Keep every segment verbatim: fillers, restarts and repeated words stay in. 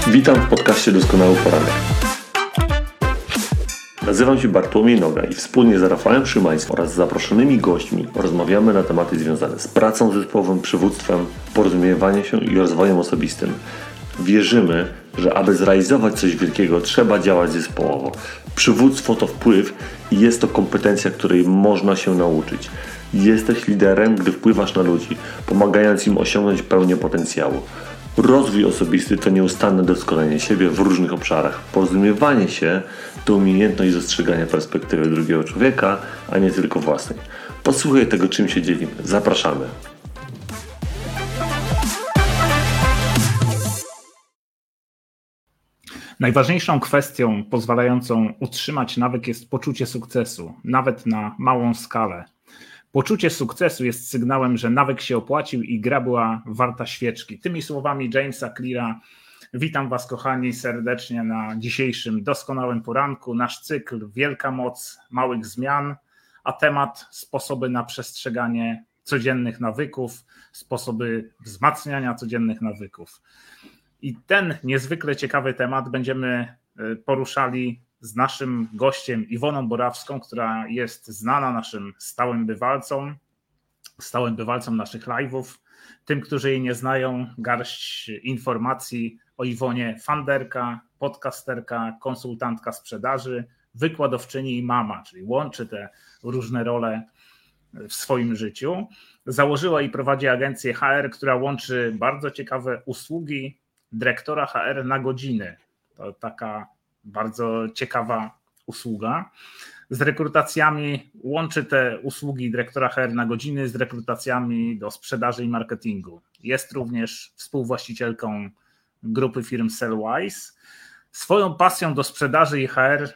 Witam w podcaście Doskonały Poranek. Nazywam się Bartłomiej Noga i wspólnie z Rafałem Szymańskim oraz zaproszonymi gośćmi rozmawiamy na tematy związane z pracą zespołową, przywództwem, porozumiewaniem się i rozwojem osobistym. Wierzymy, że aby zrealizować coś wielkiego, trzeba działać zespołowo. Przywództwo to wpływ i jest to kompetencja, której można się nauczyć. Jesteś liderem, gdy wpływasz na ludzi, pomagając im osiągnąć pełnię potencjału. Rozwój osobisty to nieustanne doskonalenie siebie w różnych obszarach. Porozumiewanie się to umiejętność dostrzegania perspektywy drugiego człowieka, a nie tylko własnej. Posłuchaj tego, czym się dzielimy. Zapraszamy. Najważniejszą kwestią pozwalającą utrzymać nawyk jest poczucie sukcesu, nawet na małą skalę. Poczucie sukcesu jest sygnałem, że nawyk się opłacił i gra była warta świeczki. Tymi słowami Jamesa Cleara witam Was, kochani, serdecznie na dzisiejszym doskonałym poranku. Nasz cykl Wielka Moc Małych Zmian, a temat sposoby na przestrzeganie codziennych nawyków, sposoby wzmacniania codziennych nawyków. I ten niezwykle ciekawy temat będziemy poruszali z naszym gościem Iwoną Borawską, która jest znana naszym stałym bywalcom, stałym bywalcom naszych live'ów. Tym, którzy jej nie znają, garść informacji o Iwonie: funderka, podcasterka, konsultantka sprzedaży, wykładowczyni i mama, czyli łączy te różne role w swoim życiu. Założyła i prowadzi agencję H R, która łączy bardzo ciekawe usługi dyrektora H R na godziny. To taka bardzo ciekawa usługa. Z rekrutacjami łączy te usługi dyrektora H R na godziny z rekrutacjami do sprzedaży i marketingu. Jest również współwłaścicielką grupy firm Sellwise. Swoją pasją do sprzedaży i H R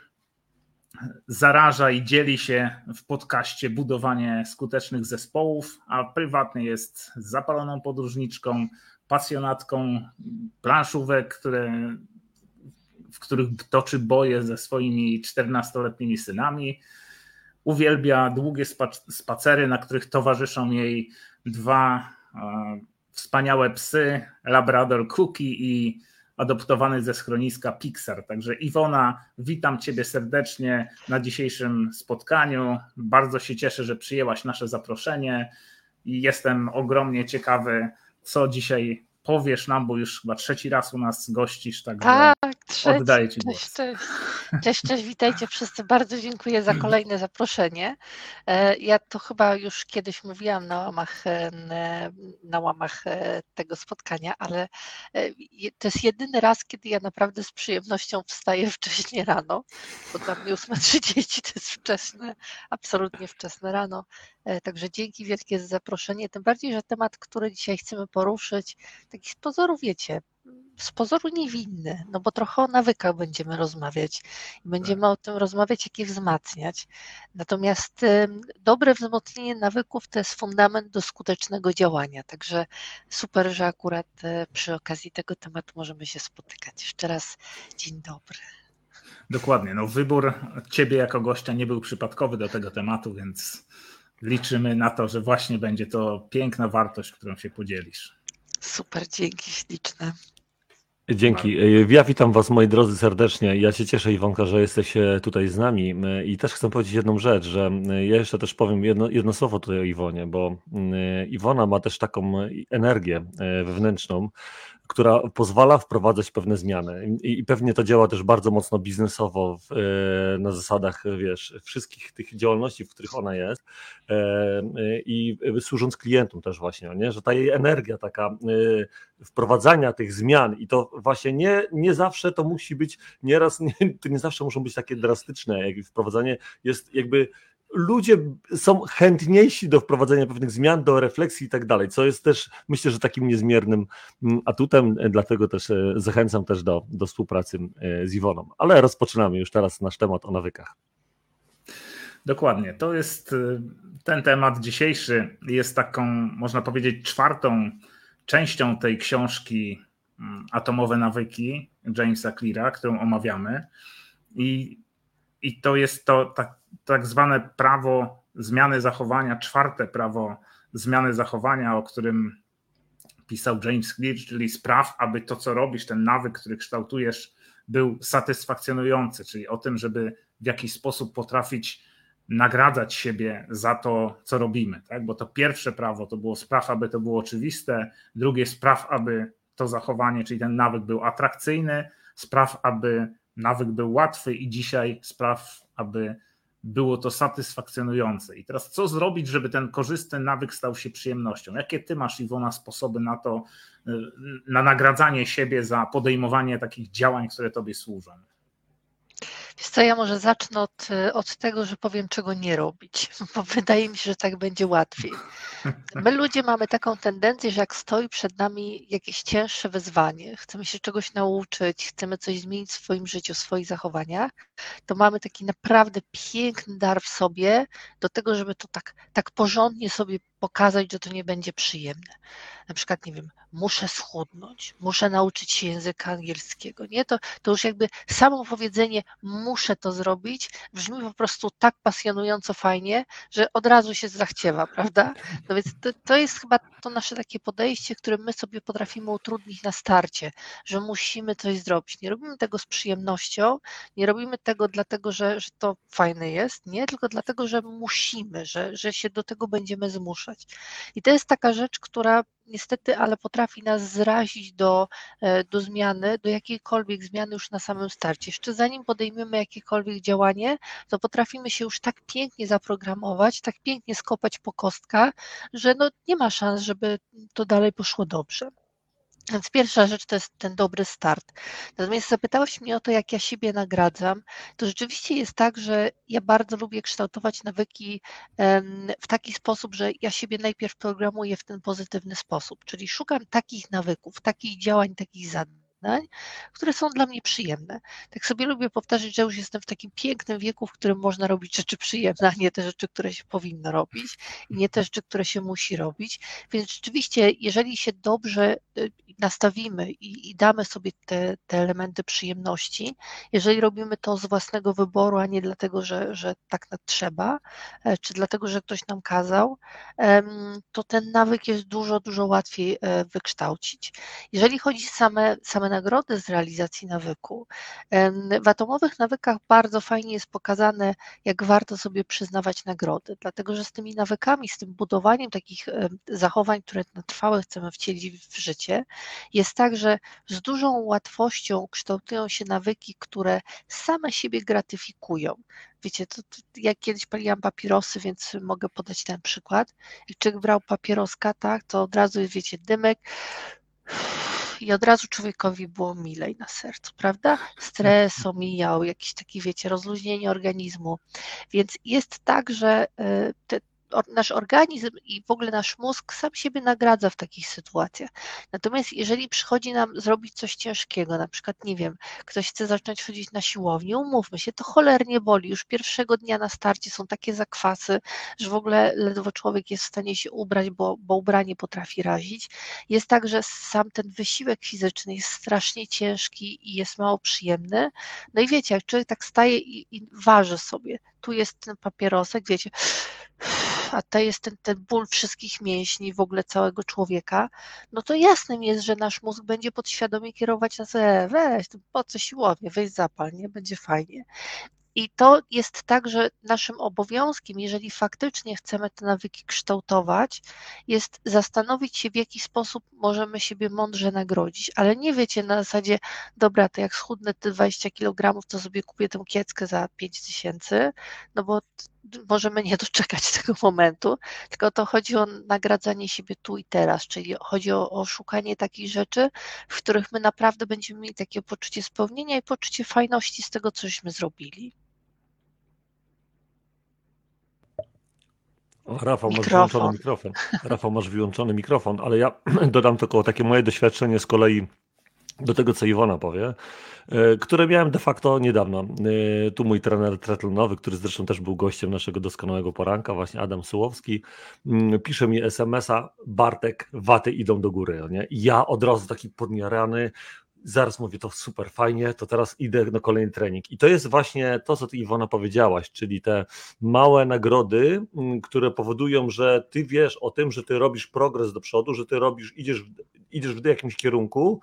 zaraża i dzieli się w podcaście Budowanie skutecznych zespołów, a prywatnie jest zapaloną podróżniczką, pasjonatką planszówek, które w których toczy boje ze swoimi czternastoletnimi synami. Uwielbia długie spacery, na których towarzyszą jej dwa e, wspaniałe psy, Labrador Cookie i adoptowany ze schroniska Pixar. Także Iwona, witam Ciebie serdecznie na dzisiejszym spotkaniu. Bardzo się cieszę, że przyjęłaś nasze zaproszenie i jestem ogromnie ciekawy, co dzisiaj powiesz nam, bo już chyba trzeci raz u nas gościsz, także tak, trzeci. Oddaję Ci głos. Cześć, cześć. Cześć, cześć, witajcie wszyscy. Bardzo dziękuję za kolejne zaproszenie. Ja to chyba już kiedyś mówiłam na łamach, na łamach tego spotkania, ale to jest jedyny raz, kiedy ja naprawdę z przyjemnością wstaję wcześnie rano, bo dla mnie ósma trzydzieści to jest wczesne, absolutnie wczesne rano. Także dzięki wielkie za zaproszenie, tym bardziej, że temat, który dzisiaj chcemy poruszyć, taki z pozoru, wiecie, z pozoru niewinny, no bo trochę o nawykach będziemy rozmawiać i będziemy o tym rozmawiać, jak je wzmacniać. Natomiast dobre wzmocnienie nawyków to jest fundament do skutecznego działania, także super, że akurat przy okazji tego tematu możemy się spotykać. Jeszcze raz dzień dobry. Dokładnie, no wybór Ciebie jako gościa nie był przypadkowy do tego tematu, więc liczymy na to, że właśnie będzie to piękna wartość, którą się podzielisz. Super, dzięki śliczne. Dzięki. Ja witam Was, moi drodzy, serdecznie. Ja się cieszę, Iwonka, że jesteś tutaj z nami i też chcę powiedzieć jedną rzecz, że ja jeszcze też powiem jedno, jedno słowo tutaj o Iwonie, bo Iwona ma też taką energię wewnętrzną, która pozwala wprowadzać pewne zmiany i, i pewnie to działa też bardzo mocno biznesowo w, na zasadach, wiesz, wszystkich tych działalności, w których ona jest i służąc klientom też właśnie, nie? Że ta jej energia taka wprowadzania tych zmian i to właśnie nie, nie zawsze to musi być, nieraz nie, to nie zawsze muszą być takie drastyczne, jak wprowadzanie jest jakby. Ludzie są chętniejsi do wprowadzenia pewnych zmian, do refleksji i tak dalej, co jest też, myślę, że takim niezmiernym atutem, dlatego też zachęcam też do, do współpracy z Iwoną. Ale rozpoczynamy już teraz nasz temat o nawykach. Dokładnie, to jest ten temat dzisiejszy, jest taką, można powiedzieć, czwartą częścią tej książki Atomowe nawyki Jamesa Cleara, którą omawiamy i, i to jest to tak tak zwane prawo zmiany zachowania, czwarte prawo zmiany zachowania, o którym pisał James Clear, czyli spraw, aby to, co robisz, ten nawyk, który kształtujesz, był satysfakcjonujący, czyli o tym, żeby w jakiś sposób potrafić nagradzać siebie za to, co robimy. Tak? Bo to pierwsze prawo to było spraw, aby to było oczywiste, drugie spraw, aby to zachowanie, czyli ten nawyk był atrakcyjny, spraw, aby nawyk był łatwy i dzisiaj spraw, aby było to satysfakcjonujące. I teraz co zrobić, żeby ten korzystny nawyk stał się przyjemnością? Jakie ty masz, Iwona, sposoby na to, na nagradzanie siebie za podejmowanie takich działań, które tobie służą? Wiesz co, ja może zacznę od, od tego, że powiem, czego nie robić, bo wydaje mi się, że tak będzie łatwiej. My ludzie mamy taką tendencję, że jak stoi przed nami jakieś cięższe wyzwanie, chcemy się czegoś nauczyć, chcemy coś zmienić w swoim życiu, w swoich zachowaniach, to mamy taki naprawdę piękny dar w sobie do tego, żeby to tak, tak porządnie sobie pokazać, że to nie będzie przyjemne. Na przykład, nie wiem, muszę schudnąć, muszę nauczyć się języka angielskiego. Nie? To, to już jakby samo powiedzenie muszę to zrobić brzmi po prostu tak pasjonująco fajnie, że od razu się zachciewa, prawda? No więc to, to jest chyba to nasze takie podejście, które my sobie potrafimy utrudnić na starcie, że musimy coś zrobić. Nie robimy tego z przyjemnością, nie robimy tego dlatego, że, że to fajne jest, nie, tylko dlatego, że musimy, że, że się do tego będziemy zmuszać. I to jest taka rzecz, która niestety, ale potrafi nas zrazić do, do zmiany, do jakiejkolwiek zmiany już na samym starcie. Jeszcze zanim podejmiemy jakiekolwiek działanie, to potrafimy się już tak pięknie zaprogramować, tak pięknie skopać po kostkach, że no nie ma szans, żeby to dalej poszło dobrze. Więc pierwsza rzecz to jest ten dobry start. Natomiast zapytałeś mnie o to, jak ja siebie nagradzam. To rzeczywiście jest tak, że ja bardzo lubię kształtować nawyki w taki sposób, że ja siebie najpierw programuję w ten pozytywny sposób, czyli szukam takich nawyków, takich działań, takich zadań, które są dla mnie przyjemne. Tak sobie lubię powtarzać, że już jestem w takim pięknym wieku, w którym można robić rzeczy przyjemne, a nie te rzeczy, które się powinno robić i nie te rzeczy, które się musi robić. Więc rzeczywiście, jeżeli się dobrze nastawimy i, i damy sobie te, te elementy przyjemności, jeżeli robimy to z własnego wyboru, a nie dlatego, że, że tak trzeba, czy dlatego, że ktoś nam kazał, to ten nawyk jest dużo, dużo łatwiej wykształcić. Jeżeli chodzi o same, same nagrody z realizacji nawyku, w atomowych nawykach bardzo fajnie jest pokazane, jak warto sobie przyznawać nagrody, dlatego, że z tymi nawykami, z tym budowaniem takich zachowań, które na trwałe chcemy wcielić w życie, jest tak, że z dużą łatwością kształtują się nawyki, które same siebie gratyfikują. Wiecie, to, to ja kiedyś paliłam papierosy, więc mogę podać ten przykład. Jak człowiek brał papieroska, tak, to od razu, wiecie, dymek i od razu człowiekowi było milej na sercu, prawda? Stres omijał, jakiś taki, wiecie, rozluźnienie organizmu. Więc jest tak, że te nasz organizm i w ogóle nasz mózg sam siebie nagradza w takich sytuacjach. Natomiast jeżeli przychodzi nam zrobić coś ciężkiego, na przykład, nie wiem, ktoś chce zacząć chodzić na siłownię, umówmy się, to cholernie boli. Już pierwszego dnia na starcie są takie zakwasy, że w ogóle ledwo człowiek jest w stanie się ubrać, bo, bo ubranie potrafi razić. Jest tak, że sam ten wysiłek fizyczny jest strasznie ciężki i jest mało przyjemny. No i wiecie, jak człowiek tak staje i, i waży sobie, tu jest ten papierosek, wiecie, a to jest ten, ten ból wszystkich mięśni, w ogóle całego człowieka, no to jasnym jest, że nasz mózg będzie podświadomie kierować nas, e, weź, po co siłownię, weź zapal, nie, będzie fajnie. I to jest tak, że naszym obowiązkiem, jeżeli faktycznie chcemy te nawyki kształtować, jest zastanowić się, w jaki sposób możemy siebie mądrze nagrodzić, ale nie wiecie na zasadzie, dobra, to jak schudnę te dwadzieścia kilogramów, to sobie kupię tę kieckę za pięć tysięcy, no bo możemy nie doczekać tego momentu, tylko to chodzi o nagradzanie siebie tu i teraz, czyli chodzi o, o szukanie takich rzeczy, w których my naprawdę będziemy mieli takie poczucie spełnienia i poczucie fajności z tego, cośmy zrobili. O, Rafał, masz wyłączony mikrofon. Rafał, masz wyłączony mikrofon, ale ja dodam tylko takie moje doświadczenie z kolei do tego, co Iwona powie, które miałem de facto niedawno. Tu mój trener triatlonowy, który zresztą też był gościem naszego doskonałego poranka, właśnie Adam Sułowski, pisze mi es em es a: Bartek, waty idą do góry. Nie? I ja od razu taki podjarany, zaraz mówię, to super, fajnie, to teraz idę na kolejny trening. I to jest właśnie to, co ty, Iwona, powiedziałaś, czyli te małe nagrody, które powodują, że ty wiesz o tym, że ty robisz progres do przodu, że ty robisz, idziesz w, idziesz w jakimś kierunku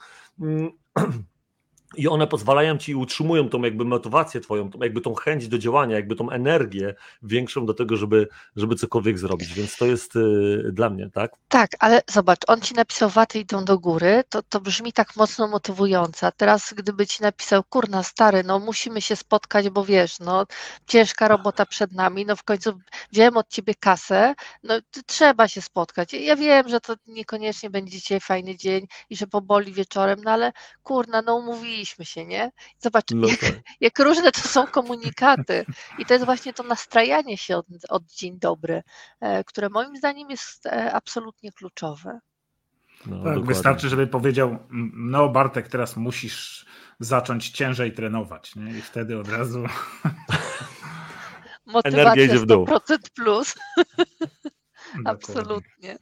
i one pozwalają ci i utrzymują tą jakby motywację twoją, tą, jakby tą chęć do działania, jakby tą energię większą do tego, żeby, żeby cokolwiek zrobić, więc to jest y, dla mnie, tak? Tak, ale zobacz, on ci napisał waty idą do góry, to, to brzmi tak mocno motywująco, a teraz gdyby ci napisał, kurna stary, no musimy się spotkać, bo wiesz, no ciężka robota przed nami, no w końcu wziąłem od ciebie kasę, no trzeba się spotkać. Ja wiem, że to niekoniecznie będzie dzisiaj fajny dzień i że poboli wieczorem, no ale kurna, no umówiliśmy się, nie? Zobacz, No jak, tak. jak różne to są komunikaty i to jest właśnie to nastrajanie się od, od dzień dobry, e, które moim zdaniem jest e, absolutnie kluczowe. No, Tak, dokładnie. wystarczy, żeby powiedział, no Bartek, teraz musisz zacząć ciężej trenować, nie? I wtedy od razu... Energia idzie Motywacja w dół. sto procent plus. Dokładnie. Absolutnie.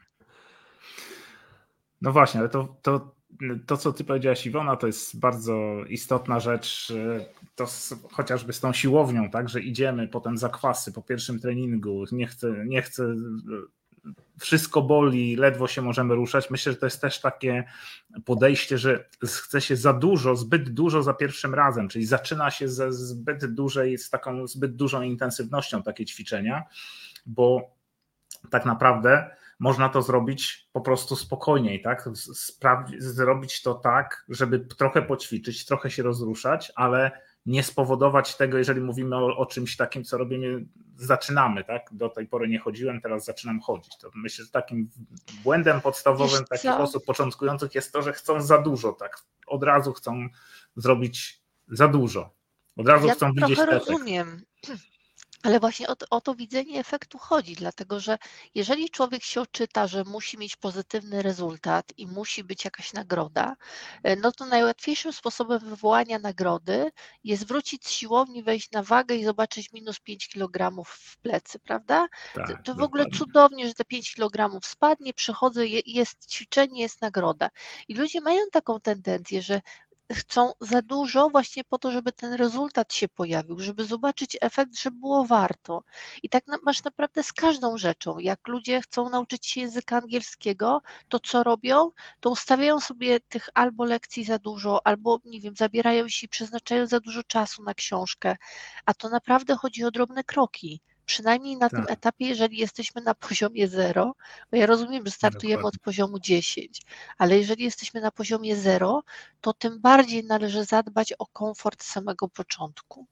No właśnie, ale to, to, to, co ty powiedziałaś, Iwona, to jest bardzo istotna rzecz, to z, chociażby z tą siłownią, tak, że idziemy potem zakwasy po pierwszym treningu, nie chcę, nie chcę, wszystko boli, ledwo się możemy ruszać. Myślę, że to jest też takie podejście, że chce się za dużo, zbyt dużo za pierwszym razem, czyli zaczyna się ze zbyt dużej, z taką zbyt dużą intensywnością takie ćwiczenia, bo tak naprawdę można to zrobić po prostu spokojniej, tak? Spra- zrobić to tak, żeby trochę poćwiczyć, trochę się rozruszać, ale nie spowodować tego, jeżeli mówimy o, o czymś takim, co robimy, zaczynamy, tak? Do tej pory nie chodziłem, teraz zaczynam chodzić. To myślę, że takim błędem podstawowym Wiesz takich co? osób początkujących jest to, że chcą za dużo, tak? Od razu chcą zrobić za dużo. Od razu Ja chcą widzieć trochę efekt. rozumiem, ale właśnie o, to- o to widzenie efektu chodzi, dlatego że jeżeli człowiek się oczyta, że musi mieć pozytywny rezultat i musi być jakaś nagroda, e, no to najłatwiejszym sposobem wywołania nagrody jest wrócić z siłowni, wejść na wagę i zobaczyć minus pięć kilogramów w plecy, prawda? To, Tak, to w ogóle dokładnie. cudownie, że te pięć kilogramów spadnie, przychodzę, je- jest ćwiczenie, jest nagroda. I ludzie mają taką tendencję, że chcą za dużo właśnie po to, żeby ten rezultat się pojawił, żeby zobaczyć efekt, że było warto. I tak na- masz naprawdę z każdą rzeczą. Jak ludzie chcą nauczyć się języka angielskiego, to co robią? To ustawiają sobie tych albo lekcji za dużo, albo nie wiem, zabierają się i przeznaczają za dużo czasu na książkę. A to naprawdę chodzi o drobne kroki. Przynajmniej na tym Tak. etapie, jeżeli jesteśmy na poziomie zero, bo ja rozumiem, że startujemy Dokładnie. od poziomu dziesięć, ale jeżeli jesteśmy na poziomie zero, to tym bardziej należy zadbać o komfort z samego początku.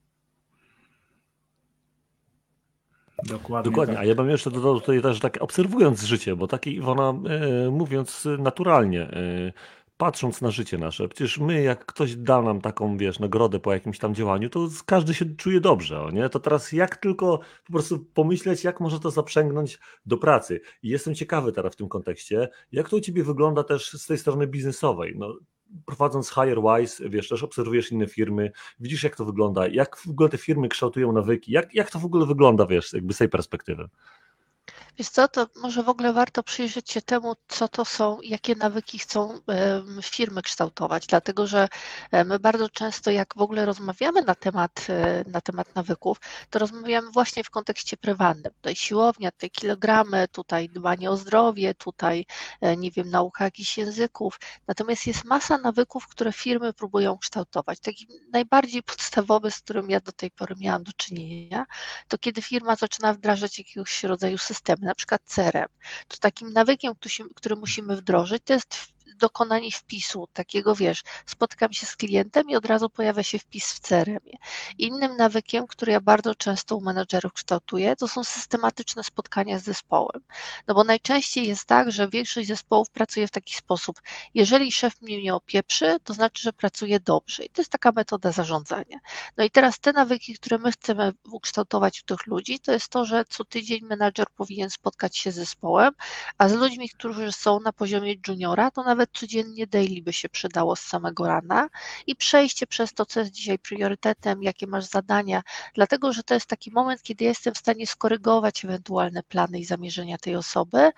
Dokładnie, Dokładnie, tak. a ja bym jeszcze dodał tutaj też tak obserwując życie, bo tak Iwona e, mówiąc naturalnie, e, patrząc na życie nasze, przecież my jak ktoś da nam taką, wiesz, nagrodę po jakimś tam działaniu, to z- każdy się czuje dobrze, o nie? To teraz jak tylko po prostu pomyśleć, jak można to zaprzęgnąć do pracy. I jestem ciekawy teraz w tym kontekście, jak to u ciebie wygląda też z tej strony biznesowej, no. Prowadząc HireWise, wiesz, też obserwujesz inne firmy, widzisz jak to wygląda, jak w ogóle te firmy kształtują nawyki, jak, jak to w ogóle wygląda, wiesz, jakby z tej perspektywy. Wiesz co, to może w ogóle warto przyjrzeć się temu, co to są, jakie nawyki chcą em, firmy kształtować, dlatego że e, my bardzo często, jak w ogóle rozmawiamy na temat, e, na temat nawyków, to rozmawiamy właśnie w kontekście prywatnym. Tutaj siłownia, tutaj kilogramy, tutaj dbanie o zdrowie, tutaj, e, nie wiem, nauka jakichś języków. Natomiast jest masa nawyków, które firmy próbują kształtować. Taki najbardziej podstawowy, z którym ja do tej pory miałam do czynienia, to kiedy firma zaczyna wdrażać jakiegoś rodzaju systemy, na przykład C R M, to takim nawykiem, który, który musimy wdrożyć, to jest w- dokonanie wpisu, takiego wiesz, spotkam się z klientem i od razu pojawia się wpis w C R M-ie. Innym nawykiem, który ja bardzo często u menadżerów kształtuję, to są systematyczne spotkania z zespołem. No bo najczęściej jest tak, że większość zespołów pracuje w taki sposób, jeżeli szef mnie nie opieprzy, to znaczy, że pracuje dobrze i to jest taka metoda zarządzania. No i teraz te nawyki, które my chcemy ukształtować u tych ludzi, to jest to, że co tydzień menadżer powinien spotkać się z zespołem, a z ludźmi, którzy są na poziomie juniora, to nawet codziennie daily by się przydało z samego rana i przejście przez to, co jest dzisiaj priorytetem, jakie masz zadania, dlatego że to jest taki moment, kiedy jestem w stanie skorygować ewentualne plany i zamierzenia tej osoby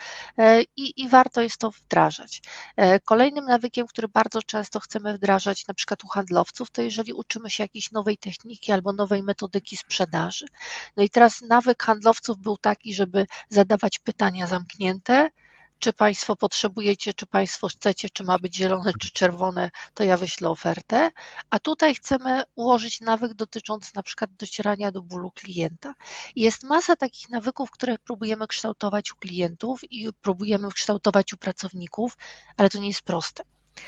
i, i warto jest to wdrażać. Kolejnym nawykiem, który bardzo często chcemy wdrażać, na przykład u handlowców, to jeżeli uczymy się jakiejś nowej techniki albo nowej metodyki sprzedaży. No i teraz nawyk handlowców był taki, żeby zadawać pytania zamknięte, czy Państwo potrzebujecie, czy Państwo chcecie, czy ma być zielone, czy czerwone, to ja wyślę ofertę, a tutaj chcemy ułożyć nawyk dotyczący na przykład docierania do bólu klienta. I jest masa takich nawyków, które próbujemy kształtować u klientów i próbujemy kształtować u pracowników, ale to nie jest proste.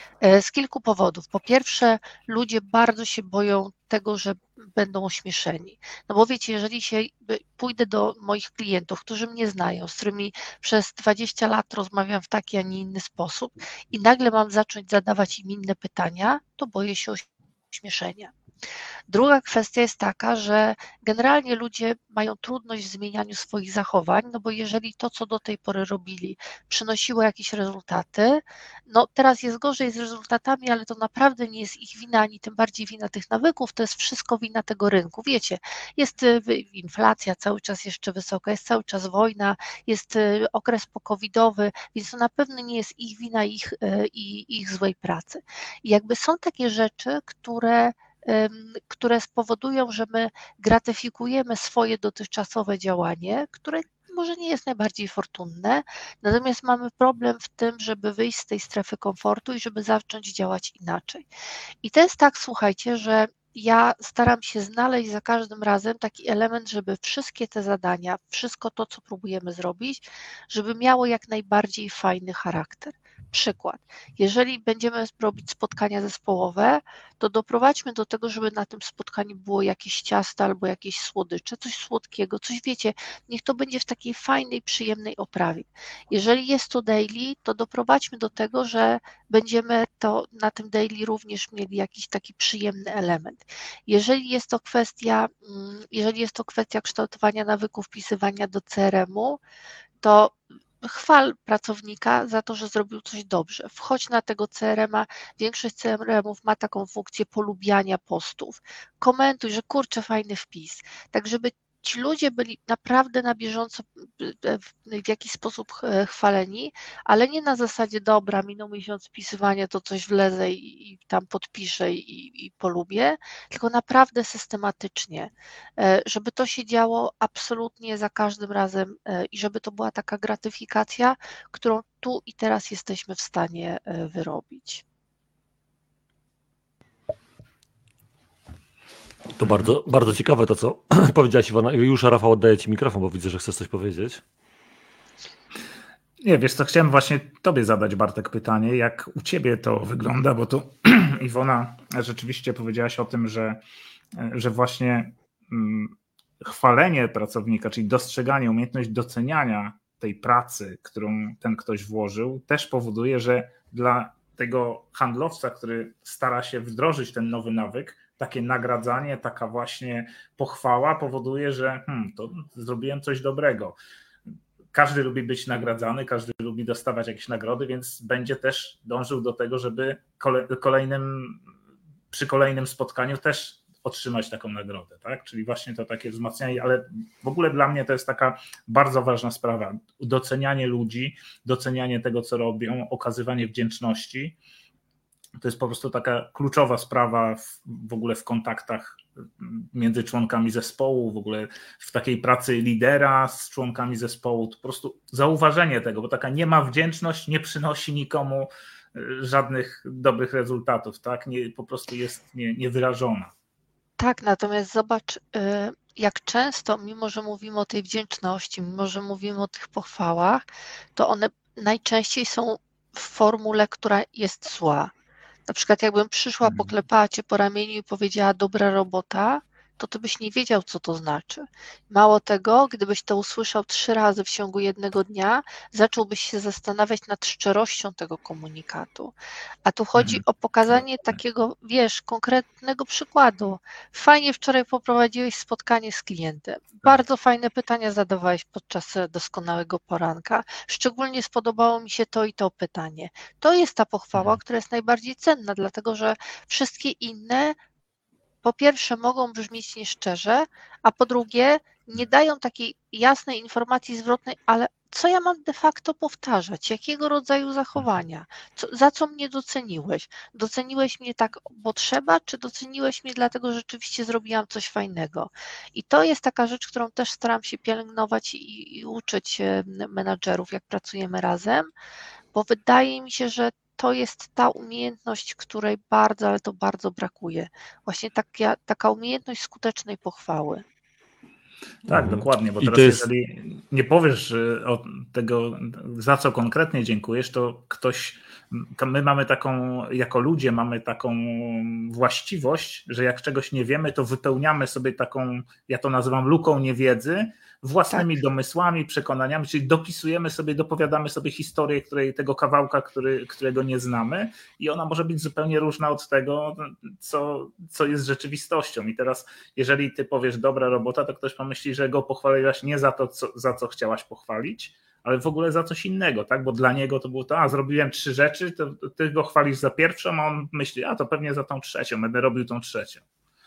Z kilku powodów. Po pierwsze, ludzie bardzo się boją tego, że będą ośmieszeni. No bo wiecie, jeżeli się pójdę do moich klientów, którzy mnie znają, z którymi przez dwadzieścia lat rozmawiam w taki, a nie inny sposób i nagle mam zacząć zadawać im inne pytania, to boję się ośmieszenia. Druga kwestia jest taka, że generalnie ludzie mają trudność w zmienianiu swoich zachowań, no bo jeżeli to, co do tej pory robili, przynosiło jakieś rezultaty, no teraz jest gorzej z rezultatami, ale to naprawdę nie jest ich wina, ani tym bardziej wina tych nawyków, to jest wszystko wina tego rynku. Wiecie, jest inflacja cały czas jeszcze wysoka, jest cały czas wojna, jest okres pokowidowy, więc to na pewno nie jest ich wina ich, i ich złej pracy. I jakby są takie rzeczy, które które spowodują, że my gratyfikujemy swoje dotychczasowe działanie, które może nie jest najbardziej fortunne, natomiast mamy problem w tym, żeby wyjść z tej strefy komfortu i żeby zacząć działać inaczej. I to jest tak, słuchajcie, że ja staram się znaleźć za każdym razem taki element, żeby wszystkie te zadania, wszystko to, co próbujemy zrobić, żeby miało jak najbardziej fajny charakter. Przykład, jeżeli będziemy robić spotkania zespołowe, to doprowadźmy do tego, żeby na tym spotkaniu było jakieś ciasto albo jakieś słodycze, coś słodkiego, coś wiecie, niech to będzie w takiej fajnej, przyjemnej oprawie. Jeżeli jest to daily, to doprowadźmy do tego, że będziemy to na tym daily również mieli jakiś taki przyjemny element. Jeżeli jest to kwestia, jeżeli jest to kwestia kształtowania nawyków, wpisywania do C R M-u, to chwal pracownika za to, że zrobił coś dobrze. Wchodź na tego C R M-a, większość C R M-ów ma taką funkcję polubiania postów. Komentuj, że kurczę, fajny wpis. Tak, żeby ci ludzie byli naprawdę na bieżąco w jakiś sposób chwaleni, ale nie na zasadzie dobra, minął miesiąc wpisywania, to coś wlezę i, i tam podpiszę i, i polubię, tylko naprawdę systematycznie, żeby to się działo absolutnie za każdym razem i żeby to była taka gratyfikacja, którą tu i teraz jesteśmy w stanie wyrobić. To bardzo, bardzo ciekawe to, co powiedziałaś, Iwona. Już, Rafał, oddaję Ci mikrofon, bo widzę, że chcesz coś powiedzieć. Nie, wiesz co, chciałem właśnie Tobie zadać, Bartek, pytanie, jak u Ciebie to wygląda, bo tu Iwona rzeczywiście powiedziałaś o tym, że, że właśnie chwalenie pracownika, czyli dostrzeganie, umiejętność doceniania tej pracy, którą ten ktoś włożył, też powoduje, że dla tego handlowca, który stara się wdrożyć ten nowy nawyk, takie nagradzanie, taka właśnie pochwała powoduje, że hmm, to zrobiłem coś dobrego. Każdy lubi być nagradzany, każdy lubi dostawać jakieś nagrody, więc będzie też dążył do tego, żeby kolejnym, przy kolejnym spotkaniu też otrzymać taką nagrodę, tak? Czyli właśnie to takie wzmacnianie, ale w ogóle dla mnie to jest taka bardzo ważna sprawa. Docenianie ludzi, docenianie tego, co robią, okazywanie wdzięczności. To jest po prostu taka kluczowa sprawa w, w ogóle w kontaktach między członkami zespołu, w ogóle w takiej pracy lidera z członkami zespołu. To po prostu zauważenie tego, bo taka niema wdzięczność nie przynosi nikomu żadnych dobrych rezultatów, tak? Nie, po prostu jest nie, niewyrażona. Tak, natomiast zobacz, jak często, mimo że mówimy o tej wdzięczności, mimo że mówimy o tych pochwałach, to one najczęściej są w formule, która jest zła. Na przykład jakbym przyszła, poklepała Cię po ramieniu i powiedziała dobra robota, to ty byś nie wiedział, co to znaczy. Mało tego, gdybyś to usłyszał trzy razy w ciągu jednego dnia, zacząłbyś się zastanawiać nad szczerością tego komunikatu. A tu chodzi o pokazanie takiego, wiesz, konkretnego przykładu. Fajnie wczoraj poprowadziłeś spotkanie z klientem. Bardzo fajne pytania zadawałeś podczas doskonałego poranka. Szczególnie spodobało mi się to i to pytanie. To jest ta pochwała, która jest najbardziej cenna, dlatego że wszystkie inne po pierwsze mogą brzmieć nieszczerze, a po drugie nie dają takiej jasnej informacji zwrotnej, ale co ja mam de facto powtarzać, jakiego rodzaju zachowania, co, za co mnie doceniłeś? Doceniłeś mnie tak, bo trzeba, czy doceniłeś mnie dlatego, że rzeczywiście zrobiłam coś fajnego? I to jest taka rzecz, którą też staram się pielęgnować i, i uczyć menadżerów, jak pracujemy razem, bo wydaje mi się, że to jest ta umiejętność, której bardzo, ale to bardzo brakuje. Właśnie taka, taka umiejętność skutecznej pochwały. Tak, Mhm. dokładnie, bo I teraz to jest- jeżeli nie powiesz y, o tego, za co konkretnie dziękujesz, to ktoś, my mamy taką, jako ludzie mamy taką właściwość, że jak czegoś nie wiemy, to wypełniamy sobie taką, ja to nazywam luką niewiedzy, własnymi domysłami, przekonaniami, czyli dopisujemy sobie, dopowiadamy sobie historię której, tego kawałka, który, którego nie znamy i ona może być zupełnie różna od tego, co, co jest rzeczywistością. I teraz jeżeli ty powiesz dobra robota, to ktoś pomyśli, że go pochwaliłaś nie za to, co, za co chciałaś pochwalić, ale w ogóle za coś innego, tak? Bo dla niego to było to, a zrobiłem trzy rzeczy, to ty go chwalisz za pierwszą, a on myśli, a to pewnie za tą trzecią, będę robił tą trzecią.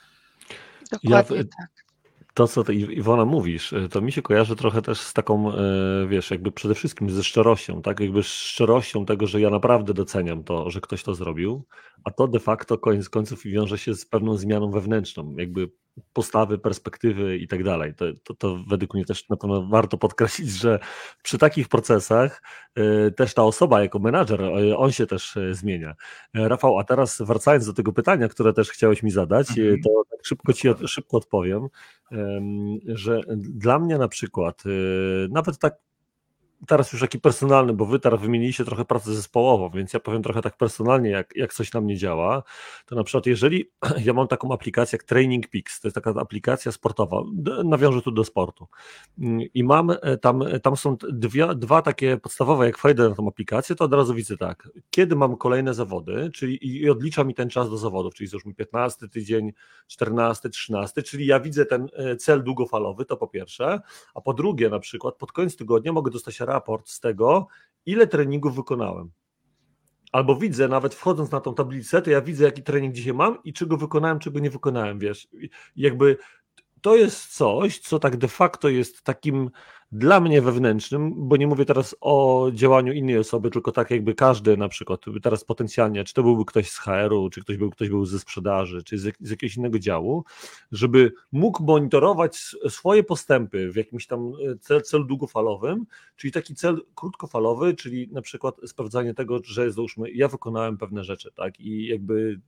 Dokładnie Ja- tak. To, co ty, Iwona, mówisz, to mi się kojarzy trochę też z taką, e, wiesz, jakby przede wszystkim ze szczerością, tak? Jakby szczerością tego, że ja naprawdę doceniam to, że ktoś to zrobił, a to de facto koniec końców wiąże się z pewną zmianą wewnętrzną, jakby postawy, perspektywy i tak dalej. To, to, to według mnie też na pewno warto podkreślić, że przy takich procesach e, też ta osoba jako menadżer, e, on się też e, zmienia. E, Rafał, a teraz wracając do tego pytania, które też chciałeś mi zadać, e, Mhm. to tak szybko ci od, szybko odpowiem. Em, że dla mnie na przykład, y, nawet tak teraz już taki personalny, bo wy teraz wymieniliście trochę pracę zespołową, więc ja powiem trochę tak personalnie, jak, jak coś na mnie działa, to na przykład jeżeli ja mam taką aplikację jak Training Peaks, to jest taka aplikacja sportowa, d- nawiążę tu do sportu Mm, i mam e, tam, tam są dwie, dwa takie podstawowe, jak wejdę na tą aplikację, to od razu widzę tak, kiedy mam kolejne zawody, czyli i, i odlicza mi ten czas do zawodów, czyli załóżmy piętnasty tydzień, czternasty, trzynasty, czyli ja widzę ten e, cel długofalowy, to po pierwsze, a po drugie na przykład pod koniec tygodnia mogę dostać raport z tego, ile treningów wykonałem. Albo widzę, nawet wchodząc na tą tablicę, to ja widzę, jaki trening dzisiaj mam i czego wykonałem, czego nie wykonałem, wiesz. I jakby to jest coś, co tak de facto jest takim dla mnie wewnętrznym, bo nie mówię teraz o działaniu innej osoby, tylko tak jakby każdy na przykład, teraz potencjalnie, czy to byłby ktoś z H R-u, czy ktoś był, ktoś był ze sprzedaży, czy z, jak- z jakiegoś innego działu, żeby mógł monitorować s- swoje postępy w jakimś tam cel, celu długofalowym, czyli taki cel krótkofalowy, czyli na przykład sprawdzanie tego, że załóżmy, ja wykonałem pewne rzeczy, tak, i jakby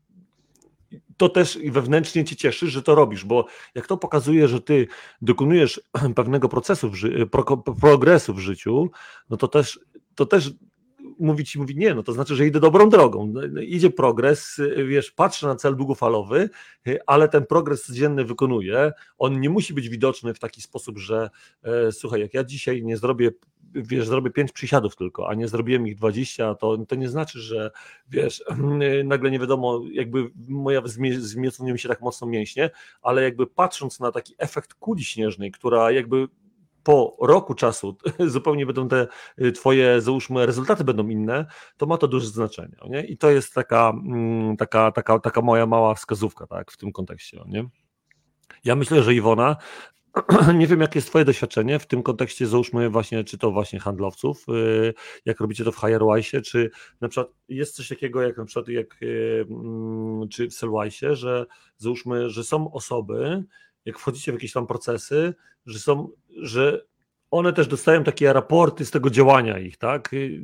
to też i wewnętrznie cię cieszy, że to robisz, bo jak to pokazuje, że ty dokonujesz pewnego procesu, w ży- pro, progresu w życiu, no to też, to też mówi ci, mówi nie, no to znaczy, że idę dobrą drogą, no, idzie progres, wiesz, patrzę na cel długofalowy, ale ten progres codzienny wykonuję, on nie musi być widoczny w taki sposób, że e, słuchaj, jak ja dzisiaj nie zrobię, wiesz, zrobię pięć przysiadów tylko, a nie zrobiłem ich dwadzieścia, to, to nie znaczy, że wiesz, nagle nie wiadomo, jakby moja wzmocniły mi się tak mocno mięśnie, ale jakby patrząc na taki efekt kuli śnieżnej, która jakby po roku czasu zupełnie będą te twoje, załóżmy, rezultaty będą inne, to ma to duże znaczenie, nie? I to jest taka, taka, taka, taka moja mała wskazówka, tak, w tym kontekście, nie? Ja myślę, że Iwona, nie wiem, jakie jest twoje doświadczenie w tym kontekście, załóżmy właśnie, czy to właśnie handlowców, yy, jak robicie to w HireWise, czy na przykład jest coś takiego, jak na przykład jak, yy, czy w Sellwise, że załóżmy, że są osoby, jak wchodzicie w jakieś tam procesy, że są, że one też dostają takie raporty z tego działania ich, tak? Yy,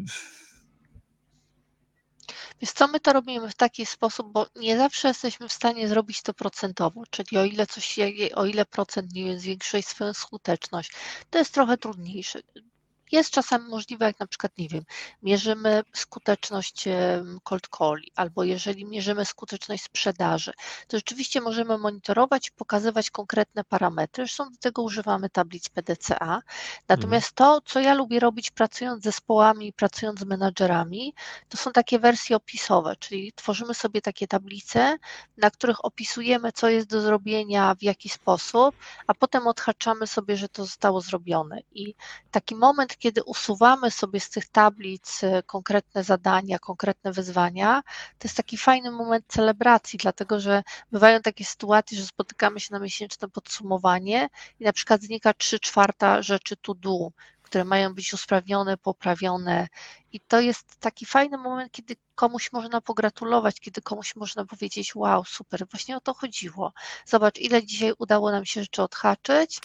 Wiesz co, my to robimy w taki sposób, bo nie zawsze jesteśmy w stanie zrobić to procentowo, czyli o ile coś, o ile procent, nie wiem, zwiększyłeś swoją skuteczność, to jest trochę trudniejsze. Jest czasem możliwe, jak na przykład, nie wiem, mierzymy skuteczność cold calli, albo jeżeli mierzymy skuteczność sprzedaży, to rzeczywiście możemy monitorować i pokazywać konkretne parametry. Zresztą do tego używamy tablic P D C A. Natomiast to, co ja lubię robić pracując z zespołami, pracując z menadżerami, to są takie wersje opisowe, czyli tworzymy sobie takie tablice, na których opisujemy, co jest do zrobienia, w jaki sposób, a potem odhaczamy sobie, że to zostało zrobione. I taki moment, kiedy usuwamy sobie z tych tablic konkretne zadania, konkretne wyzwania, to jest taki fajny moment celebracji, dlatego że bywają takie sytuacje, że spotykamy się na miesięczne podsumowanie i na przykład znika trzy czwarte rzeczy to do, które mają być usprawnione, poprawione i to jest taki fajny moment, kiedy komuś można pogratulować, kiedy komuś można powiedzieć wow, super, właśnie o to chodziło. Zobacz, ile dzisiaj udało nam się rzeczy odhaczyć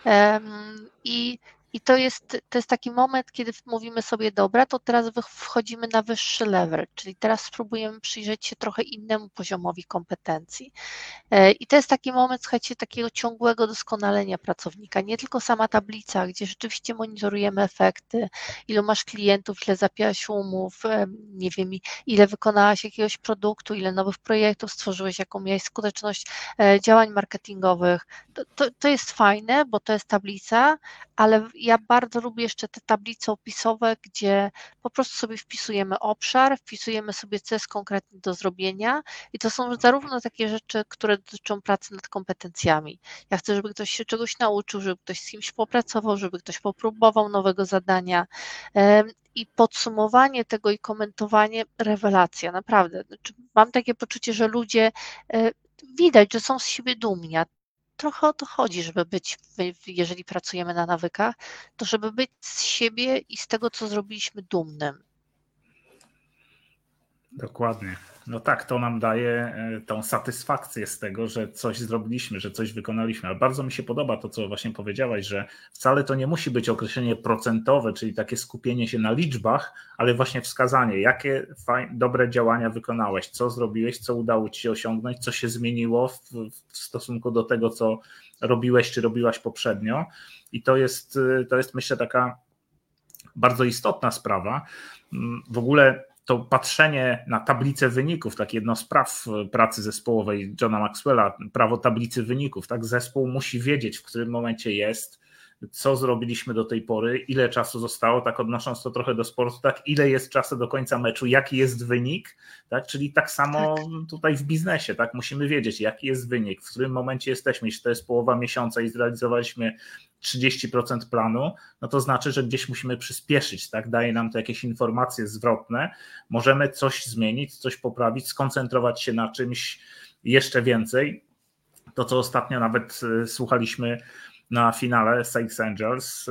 um, i I to jest, to jest taki moment, kiedy mówimy sobie, dobra, to teraz wchodzimy na wyższy level, czyli teraz spróbujemy przyjrzeć się trochę innemu poziomowi kompetencji. I to jest taki moment, słuchajcie, takiego ciągłego doskonalenia pracownika, nie tylko sama tablica, gdzie rzeczywiście monitorujemy efekty, ilu masz klientów, ile zapiłaś umów, nie wiem, ile wykonałaś jakiegoś produktu, ile nowych projektów stworzyłeś, jaką miałeś skuteczność działań marketingowych. To, to, to jest fajne, bo to jest tablica, ale ja bardzo lubię jeszcze te tablice opisowe, gdzie po prostu sobie wpisujemy obszar, wpisujemy sobie, co jest konkretnie do zrobienia i to są zarówno takie rzeczy, które dotyczą pracy nad kompetencjami. Ja chcę, żeby ktoś się czegoś nauczył, żeby ktoś z kimś popracował, żeby ktoś popróbował nowego zadania i podsumowanie tego i komentowanie, rewelacja, naprawdę. Znaczy, mam takie poczucie, że ludzie widać, że są z siebie dumni. Trochę o to chodzi, żeby być, jeżeli pracujemy na nawykach, to żeby być z siebie i z tego, co zrobiliśmy, dumnym. Dokładnie. No tak, to nam daje tą satysfakcję z tego, że coś zrobiliśmy, że coś wykonaliśmy. Ale bardzo mi się podoba to, co właśnie powiedziałaś, że wcale to nie musi być określenie procentowe, czyli takie skupienie się na liczbach, ale właśnie wskazanie, jakie fajne, dobre działania wykonałeś, co zrobiłeś, co udało ci się osiągnąć, co się zmieniło w, w stosunku do tego, co robiłeś czy robiłaś poprzednio. I to jest, to jest, myślę, taka bardzo istotna sprawa. W ogóle to patrzenie na tablicę wyników, tak jedno z praw pracy zespołowej Johna Maxwella, prawo tablicy wyników, tak zespół musi wiedzieć, w którym momencie jest, co zrobiliśmy do tej pory, ile czasu zostało, tak odnosząc to trochę do sportu, tak ile jest czasu do końca meczu, jaki jest wynik, tak, czyli tak samo tak. Tutaj w biznesie, tak, musimy wiedzieć, jaki jest wynik, w którym momencie jesteśmy, jeśli to jest połowa miesiąca i zrealizowaliśmy trzydzieści procent planu, no to znaczy, że gdzieś musimy przyspieszyć, tak, daje nam to jakieś informacje zwrotne, możemy coś zmienić, coś poprawić, skoncentrować się na czymś jeszcze więcej, to co ostatnio nawet słuchaliśmy na finale Sales Angels,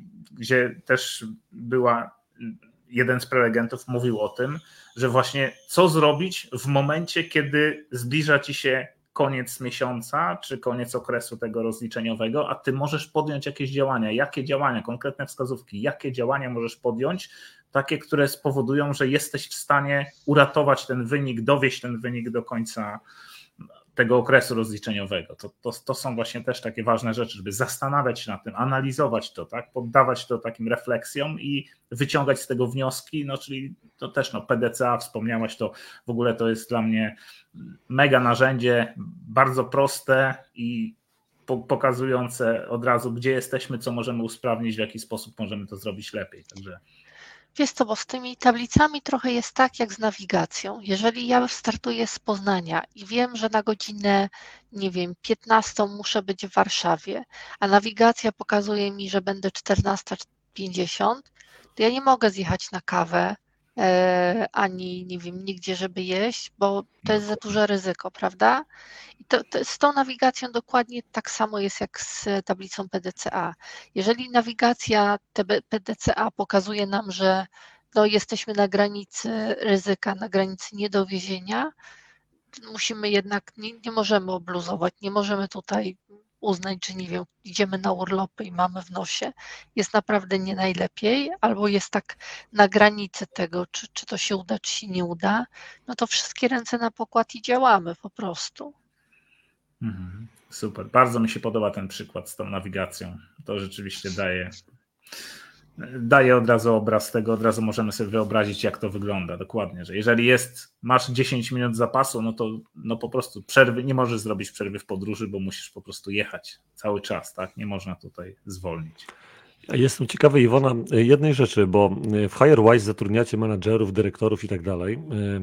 gdzie też była, jeden z prelegentów mówił o tym, że właśnie co zrobić w momencie, kiedy zbliża ci się koniec miesiąca, czy koniec okresu tego rozliczeniowego, a ty możesz podjąć jakieś działania. Jakie działania, konkretne wskazówki, jakie działania możesz podjąć, takie, które spowodują, że jesteś w stanie uratować ten wynik, dowieść ten wynik do końca tego okresu rozliczeniowego. To, to, to są właśnie też takie ważne rzeczy, żeby zastanawiać się nad tym, analizować to, tak, poddawać to takim refleksjom i wyciągać z tego wnioski, no czyli to też no, P D C A, wspomniałaś, to w ogóle to jest dla mnie mega narzędzie, bardzo proste i po, pokazujące od razu, gdzie jesteśmy, co możemy usprawnić, w jaki sposób możemy to zrobić lepiej. Także Wiesz co, bo z tymi tablicami trochę jest tak jak z nawigacją. Jeżeli ja startuję z Poznania i wiem, że na godzinę, nie wiem, piętnastą muszę być w Warszawie, a nawigacja pokazuje mi, że będę czternasta pięćdziesiąt, to ja nie mogę zjechać na kawę, e, ani nie wiem, nigdzie, żeby jeść, bo to jest za duże ryzyko, prawda? I to, to z tą nawigacją dokładnie tak samo jest jak z tablicą P D C A. Jeżeli nawigacja P D C A pokazuje nam, że no, jesteśmy na granicy ryzyka, na granicy niedowiezienia, musimy jednak, nie, nie możemy obluzować, nie możemy tutaj uznać, że nie wiem, idziemy na urlopy i mamy w nosie, jest naprawdę nie najlepiej, albo jest tak na granicy tego, czy, czy to się uda, czy się nie uda, no to wszystkie ręce na pokład i działamy po prostu. Super, bardzo mi się podoba ten przykład z tą nawigacją. To rzeczywiście daje, daje od razu obraz tego, od razu możemy sobie wyobrazić, jak to wygląda dokładnie, że jeżeli jest, masz dziesięć minut zapasu, no to no po prostu przerwy, nie możesz zrobić przerwy w podróży, bo musisz po prostu jechać cały czas, tak? Nie można tutaj zwolnić. Jestem ciekawy, Iwona, jednej rzeczy, bo w HireWise zatrudniacie menadżerów, dyrektorów i tak dalej.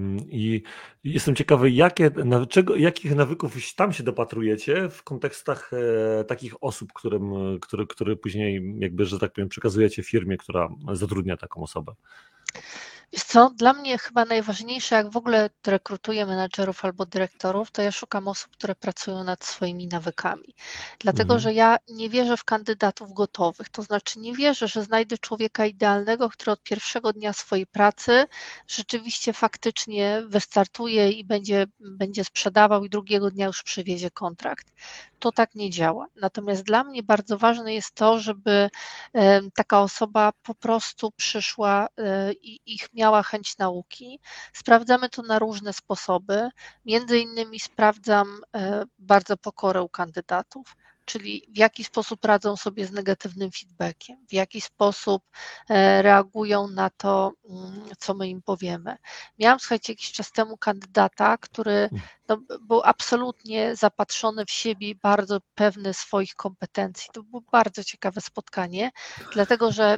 I jestem ciekawy, jakie, na, czego, jakich nawyków tam się dopatrujecie w kontekstach e, takich osób, którym, które, które później, jakby, że tak powiem, przekazujecie firmie, która zatrudnia taką osobę. Wiesz co, dla mnie chyba najważniejsze, jak w ogóle rekrutuję menadżerów albo dyrektorów, to ja szukam osób, które pracują nad swoimi nawykami. Dlatego, Mhm. że ja nie wierzę w kandydatów gotowych. To znaczy nie wierzę, że znajdę człowieka idealnego, który od pierwszego dnia swojej pracy rzeczywiście faktycznie wystartuje i będzie, będzie sprzedawał i drugiego dnia już przywiezie kontrakt. To tak nie działa. Natomiast dla mnie bardzo ważne jest to, żeby e, taka osoba po prostu przyszła e, i ich miała chęć nauki. Sprawdzamy to na różne sposoby. Między innymi sprawdzam e, bardzo pokorę u kandydatów, czyli w jaki sposób radzą sobie z negatywnym feedbackiem, w jaki sposób e, reagują na to, mm, co my im powiemy. Miałam, słuchajcie, jakiś czas temu kandydata, który no, był absolutnie zapatrzony w siebie i bardzo pewny swoich kompetencji. To było bardzo ciekawe spotkanie, dlatego że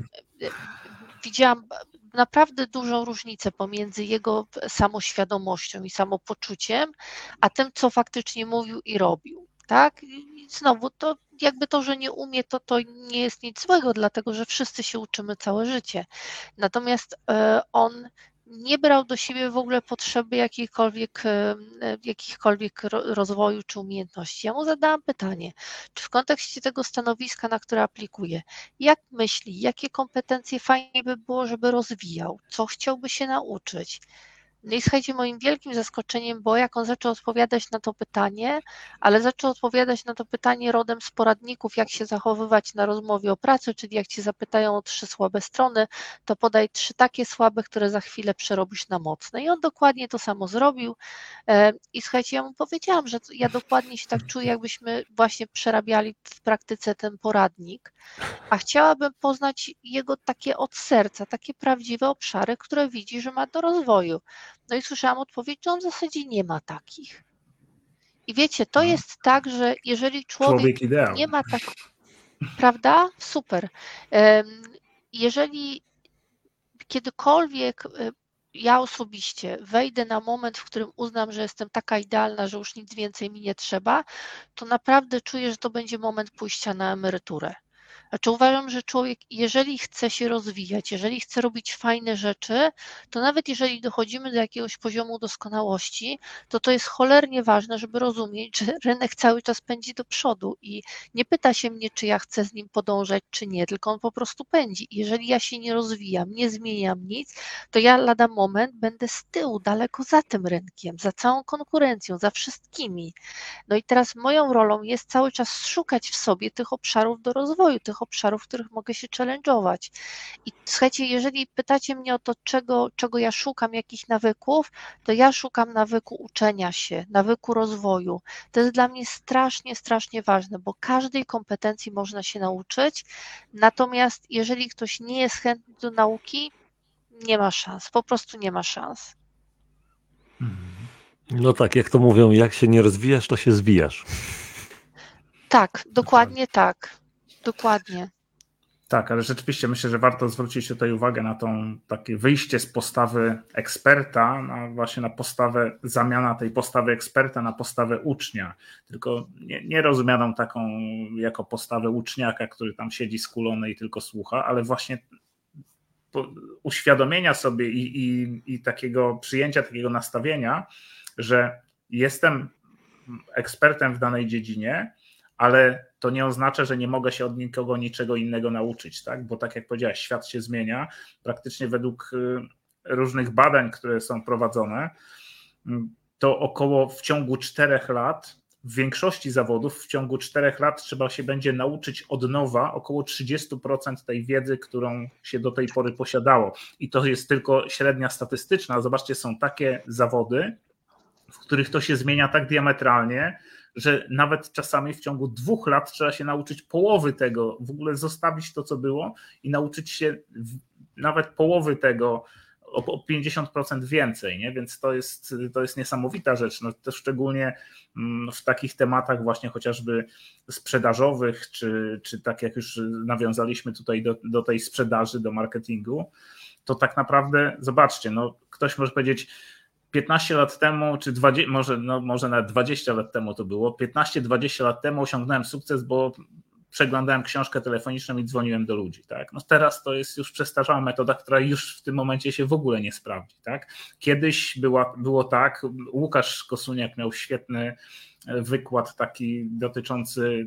widziałam naprawdę dużą różnicę pomiędzy jego samoświadomością i samopoczuciem, a tym, co faktycznie mówił i robił. Tak? I znowu, to jakby to, że nie umie, to, to nie jest nic złego, dlatego że wszyscy się uczymy całe życie. Natomiast on nie brał do siebie w ogóle potrzeby jakiejkolwiek, jakichkolwiek rozwoju czy umiejętności. Ja mu zadałam pytanie, czy w kontekście tego stanowiska, na które aplikuje, jak myśli, jakie kompetencje fajnie by było, żeby rozwijał, co chciałby się nauczyć. No i słuchajcie, moim wielkim zaskoczeniem było, jak on zaczął odpowiadać na to pytanie, ale zaczął odpowiadać na to pytanie rodem z poradników, jak się zachowywać na rozmowie o pracy, czyli jak cię zapytają o trzy słabe strony, to podaj trzy takie słabe, które za chwilę przerobisz na mocne. I on dokładnie to samo zrobił. I słuchajcie, ja mu powiedziałam, że ja dokładnie się tak czuję, jakbyśmy właśnie przerabiali w praktyce ten poradnik, a chciałabym poznać jego takie od serca, takie prawdziwe obszary, które widzi, że ma do rozwoju. No i słyszałam odpowiedź, że on w zasadzie nie ma takich. I wiecie, to No. jest tak, że jeżeli człowiek, Człowiek ideał. nie ma tak, prawda? Super. Jeżeli kiedykolwiek ja osobiście wejdę na moment, w którym uznam, że jestem taka idealna, że już nic więcej mi nie trzeba, to naprawdę czuję, że to będzie moment pójścia na emeryturę. Znaczy uważam, że człowiek, jeżeli chce się rozwijać, jeżeli chce robić fajne rzeczy, to nawet jeżeli dochodzimy do jakiegoś poziomu doskonałości, to to jest cholernie ważne, żeby rozumieć, że rynek cały czas pędzi do przodu i nie pyta się mnie, czy ja chcę z nim podążać, czy nie, tylko on po prostu pędzi. Jeżeli ja się nie rozwijam, nie zmieniam nic, to ja lada moment będę z tyłu, daleko za tym rynkiem, za całą konkurencją, za wszystkimi. No i teraz moją rolą jest cały czas szukać w sobie tych obszarów do rozwoju, tych obszarów, w których mogę się challenge'ować. I słuchajcie, jeżeli pytacie mnie o to, czego, czego ja szukam, jakich nawyków, to ja szukam nawyku uczenia się, nawyku rozwoju. To jest dla mnie strasznie, strasznie ważne, bo każdej kompetencji można się nauczyć, natomiast jeżeli ktoś nie jest chętny do nauki, nie ma szans, po prostu nie ma szans. No tak, jak to mówią, jak się nie rozwijasz, to się zwijasz. Tak, dokładnie tak. Dokładnie. Tak, ale rzeczywiście myślę, że warto zwrócić tutaj uwagę na tą takie wyjście z postawy eksperta, na właśnie na postawę, zamiana tej postawy eksperta na postawę ucznia. Tylko nie, nie rozumianą taką jako postawę uczniaka, który tam siedzi skulony i tylko słucha, ale właśnie uświadomienia sobie i, i, i takiego przyjęcia takiego nastawienia, że jestem ekspertem w danej dziedzinie, ale to nie oznacza, że nie mogę się od nikogo niczego innego nauczyć, tak? Bo tak jak powiedziałeś, świat się zmienia. Praktycznie według różnych badań, które są prowadzone, to około w ciągu czterech lat, w większości zawodów w ciągu czterech lat trzeba się będzie nauczyć od nowa około trzydzieści procent tej wiedzy, którą się do tej pory posiadało. I to jest tylko średnia statystyczna. Zobaczcie, są takie zawody, w których to się zmienia tak diametralnie, że nawet czasami w ciągu dwóch lat trzeba się nauczyć połowy tego, w ogóle zostawić to, co było i nauczyć się nawet połowy tego o pięćdziesiąt procent więcej, nie? Więc to jest, to jest niesamowita rzecz. No, też szczególnie w takich tematach właśnie chociażby sprzedażowych, czy, czy tak jak już nawiązaliśmy tutaj do, do tej sprzedaży, do marketingu, to tak naprawdę zobaczcie, no, ktoś może powiedzieć piętnaście lat temu, czy dwadzieścia, może, no, może nawet dwadzieścia lat temu to było, piętnaście dwadzieścia lat temu osiągnąłem sukces, bo przeglądałem książkę telefoniczną i dzwoniłem do ludzi. Tak? No teraz to jest już przestarzała metoda, która już w tym momencie się w ogóle nie sprawdzi. Tak? Kiedyś była, było tak, Łukasz Kosuniak miał świetny wykład taki dotyczący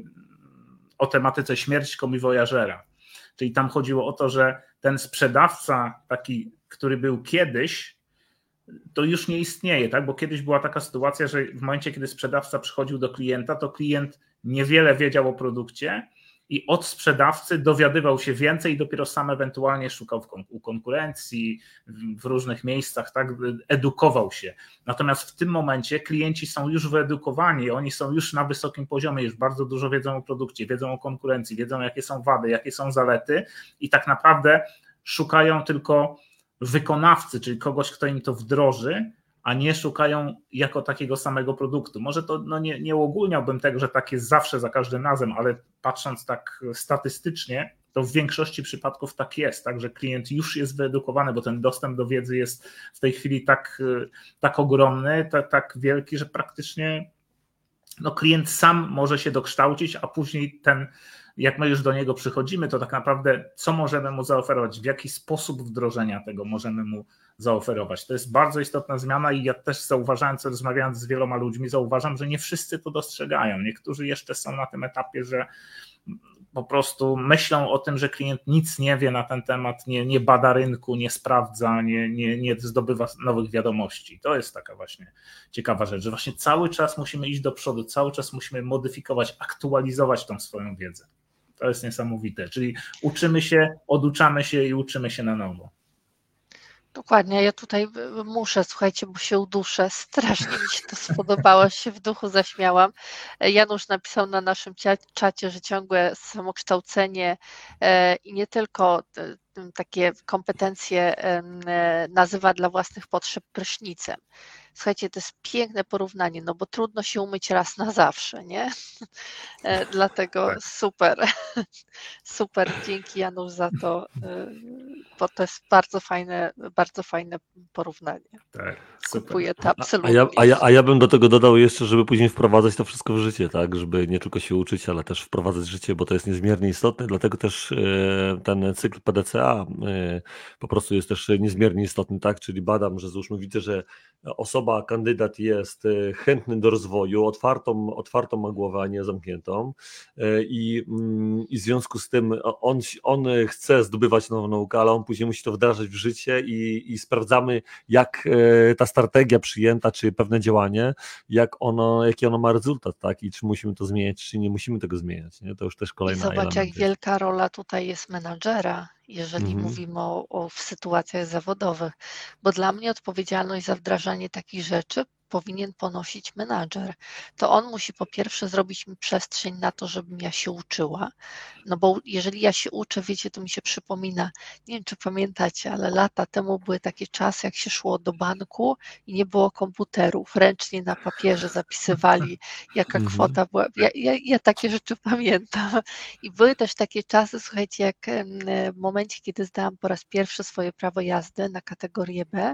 o tematyce śmierć komiwojażera. Czyli tam chodziło o to, że ten sprzedawca taki, który był kiedyś, to już nie istnieje, tak? Bo kiedyś była taka sytuacja, że w momencie, kiedy sprzedawca przychodził do klienta, to klient niewiele wiedział o produkcie i od sprzedawcy dowiadywał się więcej i dopiero sam ewentualnie szukał w kon- u konkurencji, w różnych miejscach, tak? Edukował się. Natomiast w tym momencie klienci są już wyedukowani, oni są już na wysokim poziomie, już bardzo dużo wiedzą o produkcie, wiedzą o konkurencji, wiedzą jakie są wady, jakie są zalety i tak naprawdę szukają tylko wykonawcy, czyli kogoś, kto im to wdroży, a nie szukają jako takiego samego produktu. Może to no nie, nie uogólniałbym tego, że tak jest zawsze za każdym razem, ale patrząc tak statystycznie, to w większości przypadków tak jest, tak, że klient już jest wyedukowany, bo ten dostęp do wiedzy jest w tej chwili tak, tak ogromny, tak, tak wielki, że praktycznie no, klient sam może się dokształcić, a później ten, jak my już do niego przychodzimy, to tak naprawdę co możemy mu zaoferować, w jaki sposób wdrożenia tego możemy mu zaoferować. To jest bardzo istotna zmiana i ja też zauważając, rozmawiając z wieloma ludźmi, zauważam, że nie wszyscy to dostrzegają. Niektórzy jeszcze są na tym etapie, że po prostu myślą o tym, że klient nic nie wie na ten temat, nie, nie bada rynku, nie sprawdza, nie, nie, nie zdobywa nowych wiadomości. To jest taka właśnie ciekawa rzecz, że właśnie cały czas musimy iść do przodu, cały czas musimy modyfikować, aktualizować tą swoją wiedzę. To jest niesamowite, czyli uczymy się, oduczamy się i uczymy się na nowo. Dokładnie, ja tutaj muszę, słuchajcie, bo się uduszę, strasznie mi się to spodobało, się w duchu zaśmiałam. Janusz napisał na naszym czacie, że ciągłe samokształcenie i nie tylko takie kompetencje nazywa dla własnych potrzeb prysznicem. Słuchajcie, to jest piękne porównanie, no bo trudno się umyć raz na zawsze, nie? Dlatego tak. super, super, dzięki Janusz za to, bo to jest bardzo fajne, bardzo fajne porównanie. Tak, super. Kupuję to absolutnie. A ja, a, ja, a ja bym do tego dodał jeszcze, żeby później wprowadzać to wszystko w życie, tak? Żeby nie tylko się uczyć, ale też wprowadzać w życie, bo to jest niezmiernie istotne, dlatego też ten cykl P D C A po prostu jest też niezmiernie istotny, tak? Czyli badam, że załóżmy widzę, że osoba, kandydat jest chętny do rozwoju, otwartą, otwartą ma głowę, a nie zamkniętą i, i w związku z tym on, on chce zdobywać nową naukę, ale on później musi to wdrażać w życie i, i sprawdzamy, jak ta strategia przyjęta, czy pewne działanie, jak ono, jaki ono ma rezultat, tak? I czy musimy to zmieniać, czy nie musimy tego zmieniać, nie? To już też kolejna I zobacz, jak jest. wielka rola tutaj jest menadżera, jeżeli Mhm. mówimy o, o w sytuacjach zawodowych, bo dla mnie odpowiedzialność za wdrażanie takich rzeczy powinien ponosić menadżer. To on musi po pierwsze zrobić mi przestrzeń na to, żebym ja się uczyła, no bo jeżeli ja się uczę, wiecie, to mi się przypomina, nie wiem, czy pamiętacie, ale lata temu były takie czasy, jak się szło do banku i nie było komputerów, ręcznie na papierze zapisywali, jaka Mhm. kwota była. Ja, ja, ja takie rzeczy pamiętam. I były też takie czasy, słuchajcie, jak w momencie, kiedy zdałam po raz pierwszy swoje prawo jazdy na kategorię B,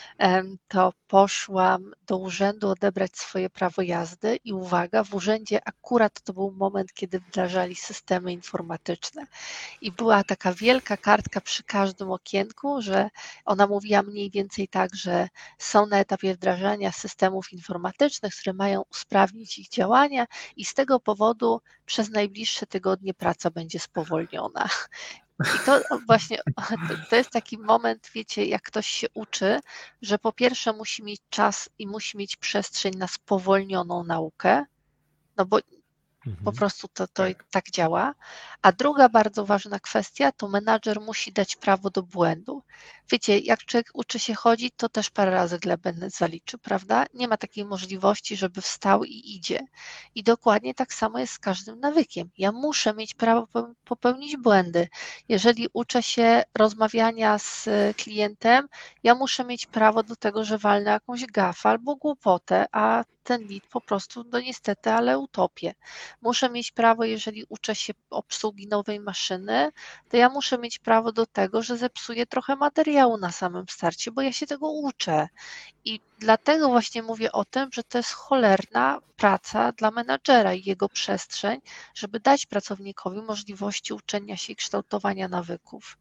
to poszłam do urzędu odebrać swoje prawo jazdy i uwaga, w urzędzie akurat to był moment, kiedy wdrażali systemy informatyczne i była taka wielka kartka przy każdym okienku, że ona mówiła mniej więcej tak, że są na etapie wdrażania systemów informatycznych, które mają usprawnić ich działania i z tego powodu przez najbliższe tygodnie praca będzie spowolniona. I to właśnie, to jest taki moment, wiecie, jak ktoś się uczy, że po pierwsze musi mieć czas i musi mieć przestrzeń na spowolnioną naukę, no bo Po prostu to, to tak. tak działa. A druga bardzo ważna kwestia, to menadżer musi dać prawo do błędu. Wiecie, jak człowiek uczy się chodzić, to też parę razy glebę zaliczy, prawda? Nie ma takiej możliwości, żeby wstał i idzie. I dokładnie tak samo jest z każdym nawykiem. Ja muszę mieć prawo popełnić błędy. Jeżeli uczę się rozmawiania z klientem, ja muszę mieć prawo do tego, że walnę jakąś gafę albo głupotę, a ten lead po prostu, no niestety, ale utopię. Muszę mieć prawo, jeżeli uczę się obsługi nowej maszyny, to ja muszę mieć prawo do tego, że zepsuję trochę materiału na samym starcie, bo ja się tego uczę. I dlatego właśnie mówię o tym, że to jest cholerna praca dla menadżera i jego przestrzeń, żeby dać pracownikowi możliwości uczenia się i kształtowania nawyków.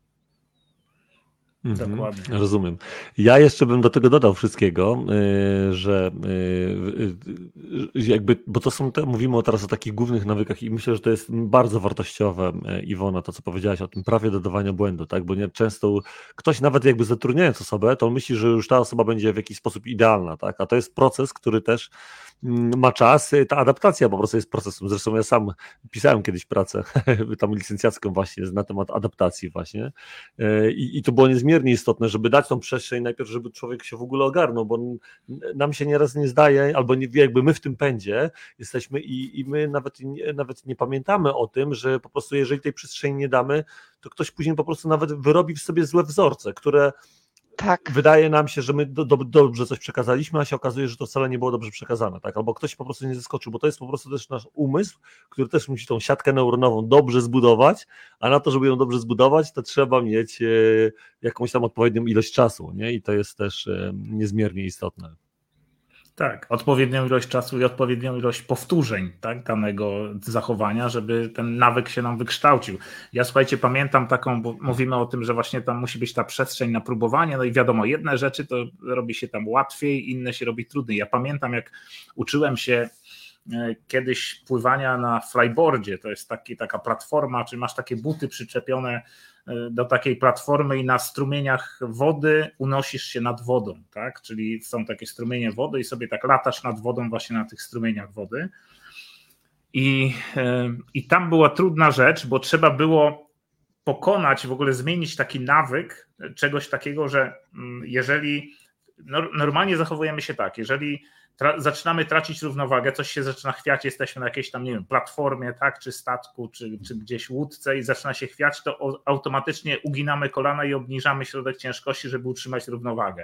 Dokładnie. Mhm, rozumiem. Ja jeszcze bym do tego dodał wszystkiego, że jakby, bo to są te, mówimy teraz o takich głównych nawykach i myślę, że to jest bardzo wartościowe, Iwona, to co powiedziałaś o tym prawie dodawania błędu, tak? Bo nie często ktoś nawet jakby zatrudniając osobę, to on myśli, że już ta osoba będzie w jakiś sposób idealna, tak? A to jest proces, który też ma czas, ta adaptacja po prostu jest procesem. Zresztą ja sam pisałem kiedyś pracę tam licencjacką właśnie na temat adaptacji właśnie i, i to było niezmiernie istotne, żeby dać tą przestrzeń najpierw, żeby człowiek się w ogóle ogarnął, bo nam się nieraz nie zdaje, albo nie, jakby my w tym pędzie jesteśmy i, i my nawet nie, nawet nie pamiętamy o tym, że po prostu jeżeli tej przestrzeni nie damy, to ktoś później po prostu nawet wyrobi w sobie złe wzorce, które tak. Wydaje nam się, że my do, do, dobrze coś przekazaliśmy, a się okazuje, że to wcale nie było dobrze przekazane, tak? Albo ktoś po prostu nie zaskoczył, bo to jest po prostu też nasz umysł, który też musi tą siatkę neuronową dobrze zbudować, a na to, żeby ją dobrze zbudować, to trzeba mieć e, jakąś tam odpowiednią ilość czasu, nie? I to jest też e, niezmiernie istotne. Tak, odpowiednią ilość czasu i odpowiednią ilość powtórzeń, tak, danego zachowania, żeby ten nawyk się nam wykształcił. Ja słuchajcie, pamiętam taką, bo mówimy o tym, że właśnie tam musi być ta przestrzeń na próbowanie, no i wiadomo, jedne rzeczy to robi się tam łatwiej, inne się robi trudniej. Ja pamiętam, jak uczyłem się kiedyś pływania na flyboardzie, to jest taki, taka platforma, czyli masz takie buty przyczepione do takiej platformy i na strumieniach wody unosisz się nad wodą, tak? Czyli są takie strumienie wody i sobie tak latasz nad wodą właśnie na tych strumieniach wody. I, i tam była trudna rzecz, bo trzeba było pokonać, w ogóle zmienić taki nawyk czegoś takiego, że jeżeli normalnie zachowujemy się tak, jeżeli Tra- zaczynamy tracić równowagę, coś się zaczyna chwiać, jesteśmy na jakiejś tam, nie wiem, platformie, tak, czy statku, czy, czy gdzieś łódce i zaczyna się chwiać, to o, automatycznie uginamy kolana i obniżamy środek ciężkości, żeby utrzymać równowagę.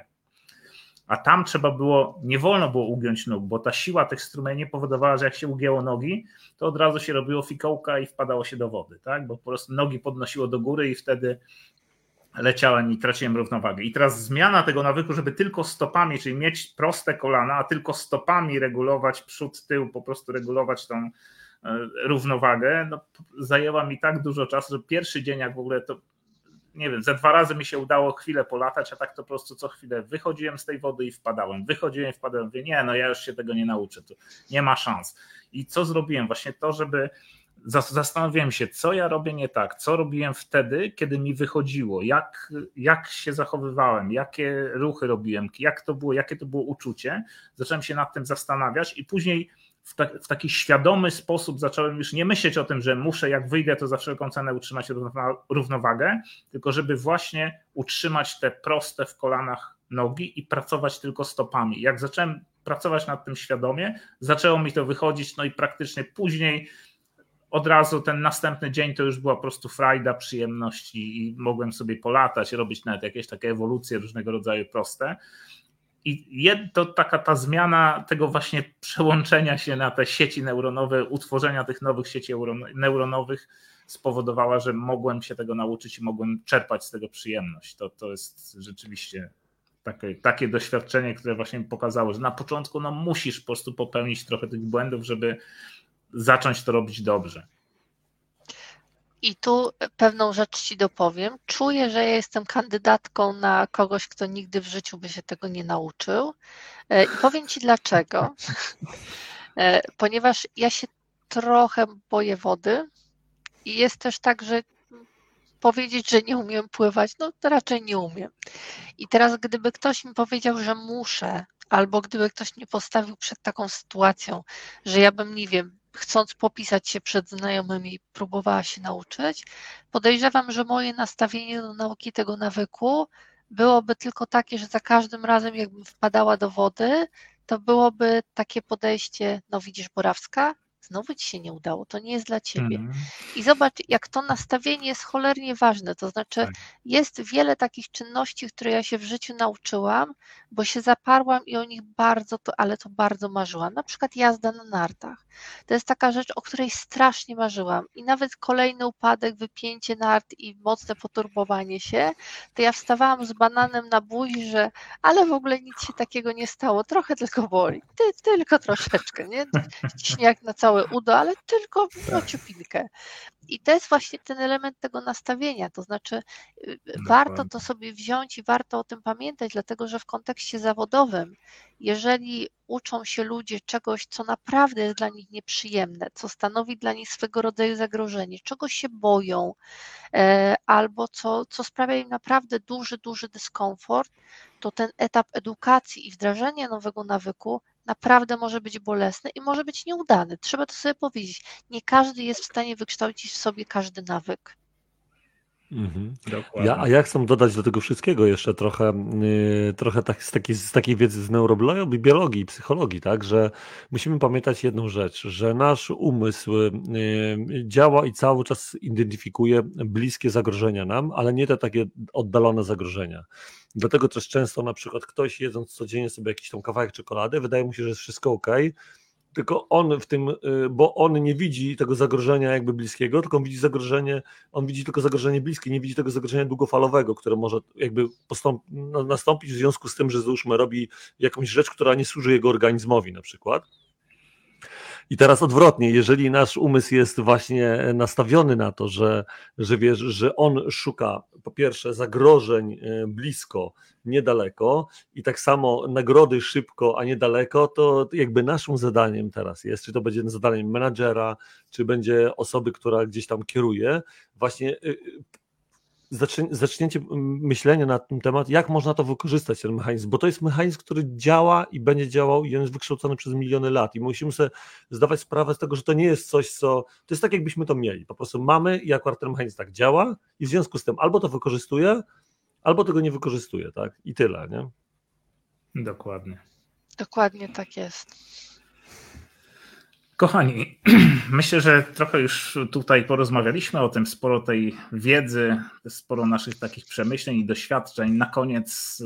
A tam trzeba było, nie wolno było ugiąć nóg, bo ta siła tych strumieni powodowała, że jak się ugięło nogi, to od razu się robiło fikołka i wpadało się do wody, tak, bo po prostu nogi podnosiło do góry i wtedy leciałem i traciłem równowagę. I teraz zmiana tego nawyku, żeby tylko stopami, czyli mieć proste kolana, a tylko stopami regulować przód, tył, po prostu regulować tą równowagę, no, zajęła mi tak dużo czasu, że pierwszy dzień jak w ogóle to, nie wiem, ze dwa razy mi się udało chwilę polatać, a tak to po prostu co chwilę wychodziłem z tej wody i wpadałem, wychodziłem i wpadałem, mówię, nie, no ja już się tego nie nauczę, to nie ma szans. I co zrobiłem? Właśnie to, żeby zastanawiałem się, co ja robię nie tak, co robiłem wtedy, kiedy mi wychodziło, jak, jak się zachowywałem, jakie ruchy robiłem, jak to było, jakie to było uczucie. Zacząłem się nad tym zastanawiać i później w, ta, w taki świadomy sposób zacząłem już nie myśleć o tym, że muszę, jak wyjdę, to za wszelką cenę utrzymać równowagę, tylko żeby właśnie utrzymać te proste w kolanach nogi i pracować tylko stopami. Jak zacząłem pracować nad tym świadomie, zaczęło mi to wychodzić, no i praktycznie później od razu ten następny dzień to już była po prostu frajda, przyjemność i, i mogłem sobie polatać, robić nawet jakieś takie ewolucje różnego rodzaju proste. I jed, to taka ta zmiana tego właśnie przełączenia się na te sieci neuronowe, utworzenia tych nowych sieci neuronowych spowodowała, że mogłem się tego nauczyć i mogłem czerpać z tego przyjemność. To, to jest rzeczywiście takie, takie doświadczenie, które właśnie mi pokazało, że na początku no, musisz po prostu popełnić trochę tych błędów, żeby zacząć to robić dobrze. I tu pewną rzecz ci dopowiem. Czuję, że ja jestem kandydatką na kogoś, kto nigdy w życiu by się tego nie nauczył. I powiem ci dlaczego. Ponieważ ja się trochę boję wody i jest też tak, że powiedzieć, że nie umiem pływać, no to raczej nie umiem. I teraz gdyby ktoś mi powiedział, że muszę, albo gdyby ktoś mnie postawił przed taką sytuacją, że ja bym, nie wiem, chcąc popisać się przed znajomymi, próbowała się nauczyć. Podejrzewam, że moje nastawienie do nauki tego nawyku byłoby tylko takie, że za każdym razem jakbym wpadała do wody, to byłoby takie podejście, no widzisz Borawska, znowu ci się nie udało, to nie jest dla ciebie. Mhm. I zobacz, jak to nastawienie jest cholernie ważne, to znaczy Tak. jest wiele takich czynności, które ja się w życiu nauczyłam, bo się zaparłam i o nich bardzo, to, ale to bardzo marzyłam. Na przykład jazda na nartach. To jest taka rzecz, o której strasznie marzyłam i nawet kolejny upadek, wypięcie nart i mocne poturbowanie się, to ja wstawałam z bananem na buzi, że ale w ogóle nic się takiego nie stało, trochę tylko boli, Ty, tylko troszeczkę, nie? Śnieg na całe udo, ale tylko no, ciupinkę. I to jest właśnie ten element tego nastawienia, to znaczy warto to sobie wziąć i warto o tym pamiętać, dlatego że w kontekście zawodowym, jeżeli uczą się ludzie czegoś, co naprawdę jest dla nich nieprzyjemne, co stanowi dla nich swego rodzaju zagrożenie, czego się boją, albo co, co sprawia im naprawdę duży, duży dyskomfort, to ten etap edukacji i wdrażania nowego nawyku naprawdę może być bolesny i może być nieudany. Trzeba to sobie powiedzieć. Nie każdy jest w stanie wykształcić w sobie każdy nawyk. Mhm. Dokładnie. Ja, a ja chcę dodać do tego wszystkiego jeszcze trochę, yy, trochę tak, z, takiej, z takiej wiedzy z neurobiologii, biologii i psychologii, tak, że musimy pamiętać jedną rzecz, że nasz umysł yy, działa i cały czas identyfikuje bliskie zagrożenia nam, ale nie te takie oddalone zagrożenia. Dlatego też często na przykład ktoś jedząc codziennie sobie jakiś tam kawałek czekolady, wydaje mu się, że jest wszystko okej, tylko on w tym, bo on nie widzi tego zagrożenia jakby bliskiego, tylko on widzi zagrożenie, on widzi tylko zagrożenie bliskie, nie widzi tego zagrożenia długofalowego, które może jakby postąp, nastąpić w związku z tym, że załóżmy robi jakąś rzecz, która nie służy jego organizmowi na przykład. I teraz odwrotnie, jeżeli nasz umysł jest właśnie nastawiony na to, że, że, wiesz, że on szuka po pierwsze zagrożeń blisko, niedaleko i tak samo nagrody szybko, a niedaleko, to jakby naszym zadaniem teraz jest, czy to będzie zadaniem menadżera, czy będzie osoby, która gdzieś tam kieruje, właśnie zacznięcie myślenia na ten temat, jak można to wykorzystać, ten mechanizm, bo to jest mechanizm, który działa i będzie działał i on jest wykształcony przez miliony lat i musimy sobie zdawać sprawę z tego, że to nie jest coś, co, to jest tak jakbyśmy to mieli, po prostu mamy i akurat ten mechanizm tak działa i w związku z tym albo to wykorzystuję, albo tego nie wykorzystuję, tak, i tyle, nie? Dokładnie. Dokładnie tak jest. Kochani, myślę, że trochę już tutaj porozmawialiśmy o tym, sporo tej wiedzy, sporo naszych takich przemyśleń i doświadczeń. Na koniec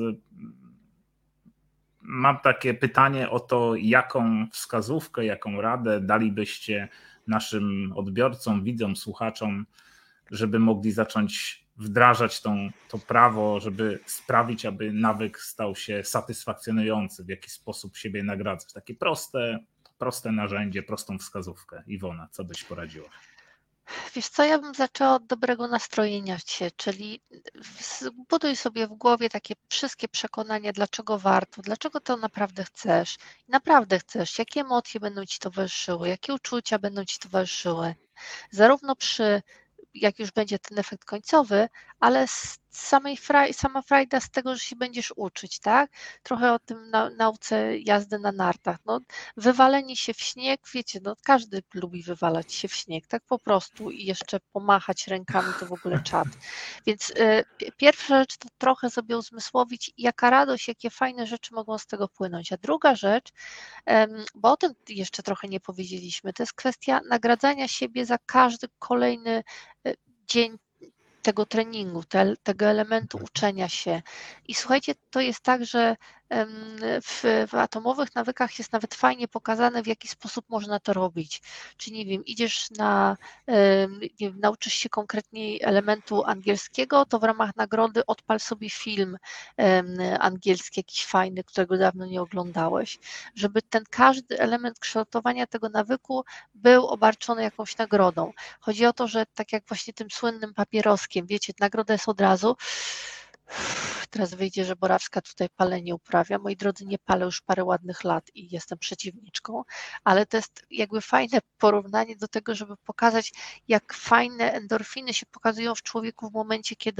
mam takie pytanie o to, jaką wskazówkę, jaką radę dalibyście naszym odbiorcom, widzom, słuchaczom, żeby mogli zacząć wdrażać tą, to prawo, żeby sprawić, aby nawyk stał się satysfakcjonujący, w jaki sposób siebie nagradzać. Takie proste, proste narzędzie, prostą wskazówkę. Iwona, co byś poradziła? Wiesz co, ja bym zaczęła od dobrego nastrojenia się, czyli buduj sobie w głowie takie wszystkie przekonania, dlaczego warto, dlaczego to naprawdę chcesz, naprawdę chcesz, jakie emocje będą ci towarzyszyły, jakie uczucia będą ci towarzyszyły, zarówno przy, jak już będzie ten efekt końcowy, ale z samej fraj, sama frajda z tego, że się będziesz uczyć, tak? Trochę o tym na, nauce jazdy na nartach. No, wywalenie się w śnieg, wiecie, no każdy lubi wywalać się w śnieg, tak po prostu i jeszcze pomachać rękami to w ogóle czad. Więc y, pierwsza rzecz to trochę sobie uzmysłowić, jaka radość, jakie fajne rzeczy mogą z tego płynąć. A druga rzecz, y, bo o tym jeszcze trochę nie powiedzieliśmy, to jest kwestia nagradzania siebie za każdy kolejny y, dzień tego treningu, te, tego elementu uczenia się. I słuchajcie, to jest tak, że w, w atomowych nawykach jest nawet fajnie pokazane, w jaki sposób można to robić. Czy nie wiem, idziesz na, nie wiem, nauczysz się konkretniej elementu angielskiego, to w ramach nagrody odpal sobie film angielski jakiś fajny, którego dawno nie oglądałeś, żeby ten każdy element kształtowania tego nawyku był obarczony jakąś nagrodą. Chodzi o to, że tak jak właśnie tym słynnym papieroskiem, wiecie, nagroda jest od razu. Teraz wyjdzie, że Borawska tutaj palenie uprawia. Moi drodzy, nie palę już parę ładnych lat i jestem przeciwniczką, ale to jest jakby fajne porównanie do tego, żeby pokazać, jak fajne endorfiny się pokazują w człowieku w momencie, kiedy on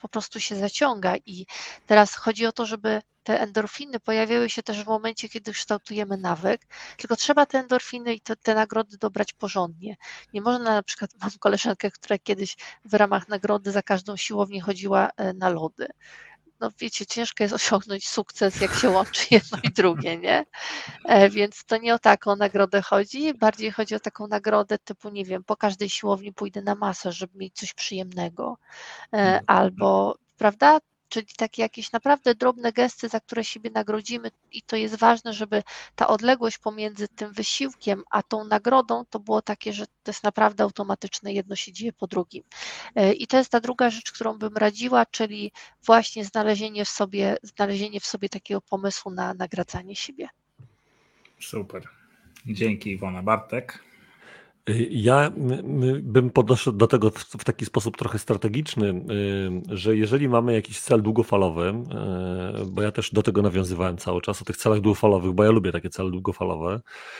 po prostu się zaciąga i teraz chodzi o to, żeby te endorfiny pojawiały się też w momencie, kiedy kształtujemy nawyk, tylko trzeba te endorfiny i te, te nagrody dobrać porządnie. Nie można, na przykład mam koleżankę, która kiedyś w ramach nagrody za każdą siłownię chodziła na lody. No wiecie, ciężko jest osiągnąć sukces, jak się łączy jedno i drugie, nie? Więc to nie o taką nagrodę chodzi, bardziej chodzi o taką nagrodę typu, nie wiem, po każdej siłowni pójdę na masaż, żeby mieć coś przyjemnego, albo, prawda? Czyli takie jakieś naprawdę drobne gesty, za które siebie nagrodzimy i to jest ważne, żeby ta odległość pomiędzy tym wysiłkiem a tą nagrodą to było takie, że to jest naprawdę automatyczne, jedno się dzieje po drugim. I to jest ta druga rzecz, którą bym radziła, czyli właśnie znalezienie w sobie, znalezienie w sobie takiego pomysłu na nagradzanie siebie. Super. Dzięki, Iwona. Bartek? Ja bym podszedł do tego w taki sposób trochę strategiczny, że jeżeli mamy jakiś cel długofalowy, bo ja też do tego nawiązywałem cały czas, o tych celach długofalowych, bo ja lubię takie cele długofalowe,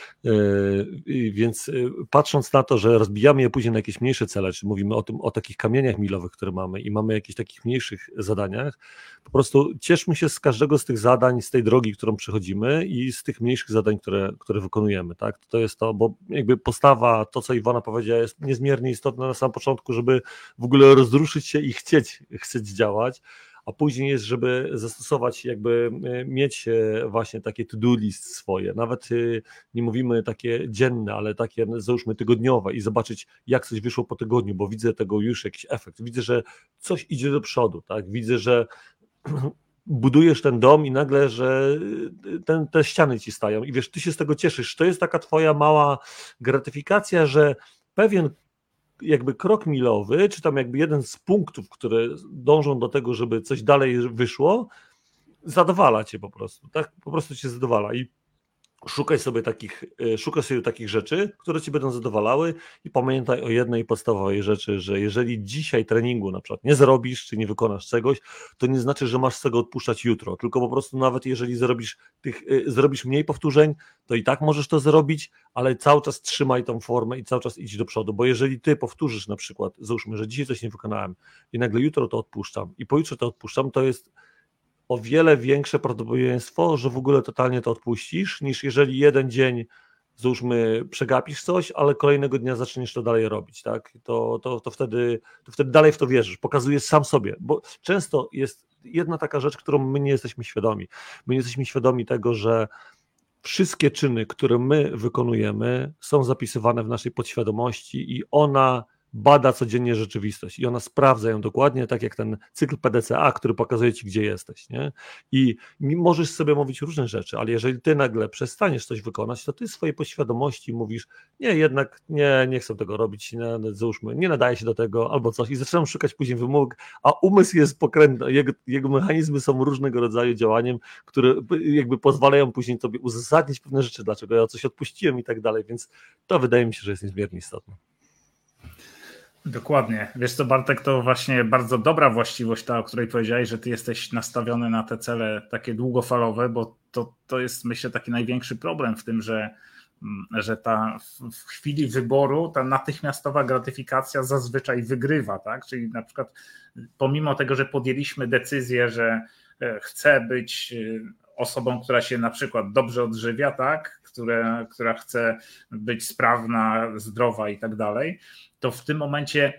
więc patrząc na to, że rozbijamy je później na jakieś mniejsze cele, czy mówimy o tym, o takich kamieniach milowych, które mamy i mamy jakichś takich mniejszych zadaniach, po prostu cieszmy się z każdego z tych zadań, z tej drogi, którą przechodzimy i z tych mniejszych zadań, które, które wykonujemy, tak? To jest to, bo jakby postawa, to co Iwona powiedziała, jest niezmiernie istotne na samym początku, żeby w ogóle rozruszyć się i chcieć, chcieć działać, a później jest, żeby zastosować, jakby mieć właśnie takie to-do list swoje, nawet nie mówimy takie dzienne, ale takie załóżmy tygodniowe i zobaczyć, jak coś wyszło po tygodniu, bo widzę tego już jakiś efekt, widzę, że coś idzie do przodu, tak? Widzę, że budujesz ten dom i nagle, że ten, te ściany ci stają i wiesz, ty się z tego cieszysz, to jest taka twoja mała gratyfikacja, że pewien jakby krok milowy, czy tam jakby jeden z punktów, które dążą do tego, żeby coś dalej wyszło, zadowala cię po prostu, tak? Po prostu cię zadowala i szukaj sobie takich, szukaj sobie takich rzeczy, które ci będą zadowalały i pamiętaj o jednej podstawowej rzeczy, że jeżeli dzisiaj treningu na przykład nie zrobisz, czy nie wykonasz czegoś, to nie znaczy, że masz z tego odpuszczać jutro, tylko po prostu nawet jeżeli zrobisz, tych, zrobisz mniej powtórzeń, to i tak możesz to zrobić, ale cały czas trzymaj tą formę i cały czas idź do przodu, bo jeżeli ty powtórzysz na przykład, załóżmy, że dzisiaj coś nie wykonałem i nagle jutro to odpuszczam i pojutrze to odpuszczam, to jest o wiele większe prawdopodobieństwo, że w ogóle totalnie to odpuścisz, niż jeżeli jeden dzień, załóżmy, przegapisz coś, ale kolejnego dnia zaczniesz to dalej robić, tak? To, to, to, wtedy, to wtedy dalej w to wierzysz, pokazujesz sam sobie, bo często jest jedna taka rzecz, którą my nie jesteśmy świadomi. My nie jesteśmy świadomi tego, że wszystkie czyny, które my wykonujemy, są zapisywane w naszej podświadomości i ona bada codziennie rzeczywistość i ona sprawdza ją dokładnie, tak jak ten cykl P D C A, który pokazuje ci, gdzie jesteś, nie? I możesz sobie mówić różne rzeczy, ale jeżeli ty nagle przestaniesz coś wykonać, to ty swojej podświadomości mówisz, nie, jednak nie, nie chcę tego robić, nie, załóżmy, nie nadaje się do tego, albo coś i zaczynam szukać później wymówek, a umysł jest pokrętny, jego, jego mechanizmy są różnego rodzaju działaniem, które jakby pozwalają później tobie uzasadnić pewne rzeczy, dlaczego ja coś odpuściłem i tak dalej, więc to wydaje mi się, że jest niezmiernie istotne. Dokładnie. Wiesz co, Bartek, to właśnie bardzo dobra właściwość ta, o której powiedziałeś, że ty jesteś nastawiony na te cele takie długofalowe, bo to, to jest, myślę, taki największy problem w tym, że, że ta w chwili wyboru ta natychmiastowa gratyfikacja zazwyczaj wygrywa, tak? Czyli na przykład pomimo tego, że podjęliśmy decyzję, że chcę być osobą, która się na przykład dobrze odżywia, tak? Które, która chce być sprawna, zdrowa i tak dalej, to w tym momencie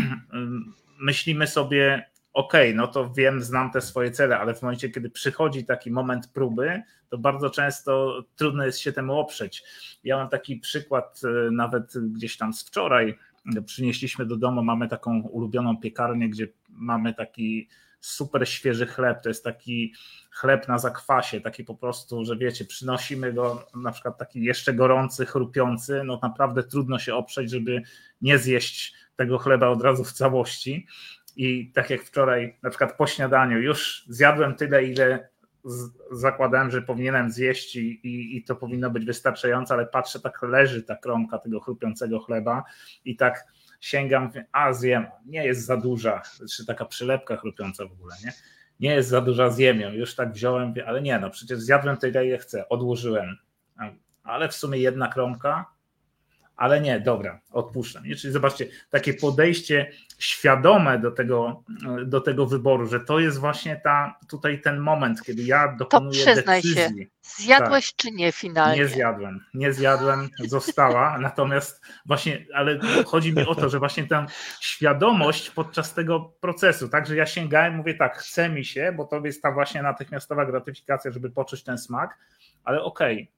myślimy sobie, okej, no to wiem, znam te swoje cele, ale w momencie, kiedy przychodzi taki moment próby, to bardzo często trudno jest się temu oprzeć. Ja mam taki przykład nawet gdzieś tam z wczoraj, przynieśliśmy do domu, mamy taką ulubioną piekarnię, gdzie mamy taki super świeży chleb, to jest taki chleb na zakwasie, taki po prostu, że wiecie, przynosimy go na przykład taki jeszcze gorący, chrupiący, no naprawdę trudno się oprzeć, żeby nie zjeść tego chleba od razu w całości i tak jak wczoraj na przykład po śniadaniu już zjadłem tyle, ile zakładałem, że powinienem zjeść i, i, i to powinno być wystarczające, ale patrzę, tak leży ta kromka tego chrupiącego chleba i tak sięgam, a zjem, nie jest za duża, czy taka przylepka chrupiąca w ogóle, nie? Nie jest za duża, zjem ją, już tak wziąłem, ale nie, no przecież zjadłem tyle, ile chcę, odłożyłem, ale w sumie jedna kromka, ale nie, dobra, odpuszczam. Czyli zobaczcie, takie podejście świadome do tego, do tego wyboru, że to jest właśnie ta, tutaj ten moment, kiedy ja dokonuję to przyznaj decyzji. się, zjadłeś tak. czy nie finalnie? Nie zjadłem, nie zjadłem, została, natomiast właśnie, ale chodzi mi o to, że właśnie tę świadomość podczas tego procesu, tak, że ja sięgałem, mówię tak, chce mi się, bo to jest ta właśnie natychmiastowa gratyfikacja, żeby poczuć ten smak, ale okej, okay,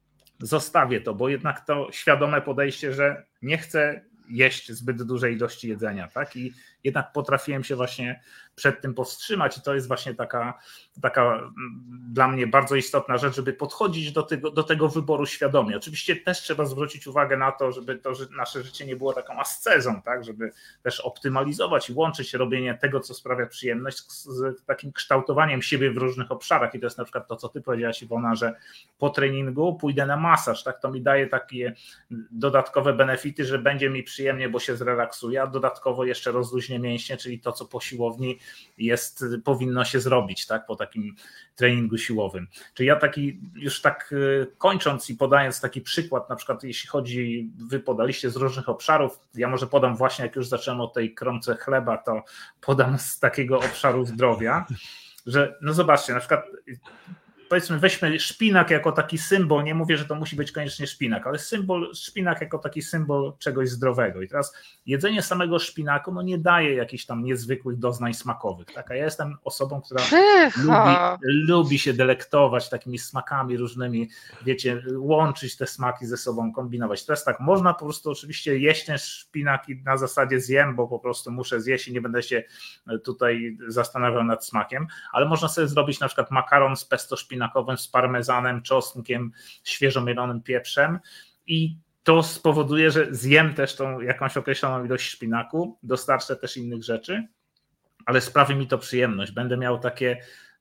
zostawię to, bo jednak to świadome podejście, że nie chcę jeść zbyt dużej ilości jedzenia, tak? I jednak potrafiłem się właśnie przed tym powstrzymać i to jest właśnie taka, taka dla mnie bardzo istotna rzecz, żeby podchodzić do tego, do tego wyboru świadomie. Oczywiście też trzeba zwrócić uwagę na to, żeby to że nasze życie nie było taką ascezą, tak? Żeby też optymalizować i łączyć robienie tego, co sprawia przyjemność z, z takim kształtowaniem siebie w różnych obszarach i to jest na przykład to, co ty powiedziałaś, Iwona, że po treningu pójdę na masaż, tak? To mi daje takie dodatkowe benefity, że będzie mi przyjemnie, bo się zrelaksuję, a dodatkowo jeszcze rozluźnię mięśnie, czyli to, co po siłowni jest, powinno się zrobić, tak, po takim treningu siłowym. Czyli ja taki, już tak kończąc i podając taki przykład, na przykład jeśli chodzi, wy podaliście z różnych obszarów, ja może podam właśnie, jak już zacząłem od tej kromce chleba, to podam z takiego obszaru zdrowia, że no zobaczcie, na przykład powiedzmy weźmy szpinak jako taki symbol, nie mówię, że to musi być koniecznie szpinak, ale symbol, szpinak jako taki symbol czegoś zdrowego. I teraz jedzenie samego szpinaku no nie daje jakichś tam niezwykłych doznań smakowych. Tak? A ja jestem osobą, która lubi, lubi się delektować takimi smakami różnymi, wiecie, łączyć te smaki ze sobą, kombinować. Teraz tak, można po prostu oczywiście jeść ten szpinak i na zasadzie zjem, bo po prostu muszę zjeść i nie będę się tutaj zastanawiał nad smakiem, ale można sobie zrobić na przykład makaron z pesto szpinakowym, z parmezanem, czosnkiem, świeżo mielonym pieprzem i to spowoduje, że zjem też tą jakąś określoną ilość szpinaku, dostarczę też innych rzeczy, ale sprawi mi to przyjemność. Będę miał takie,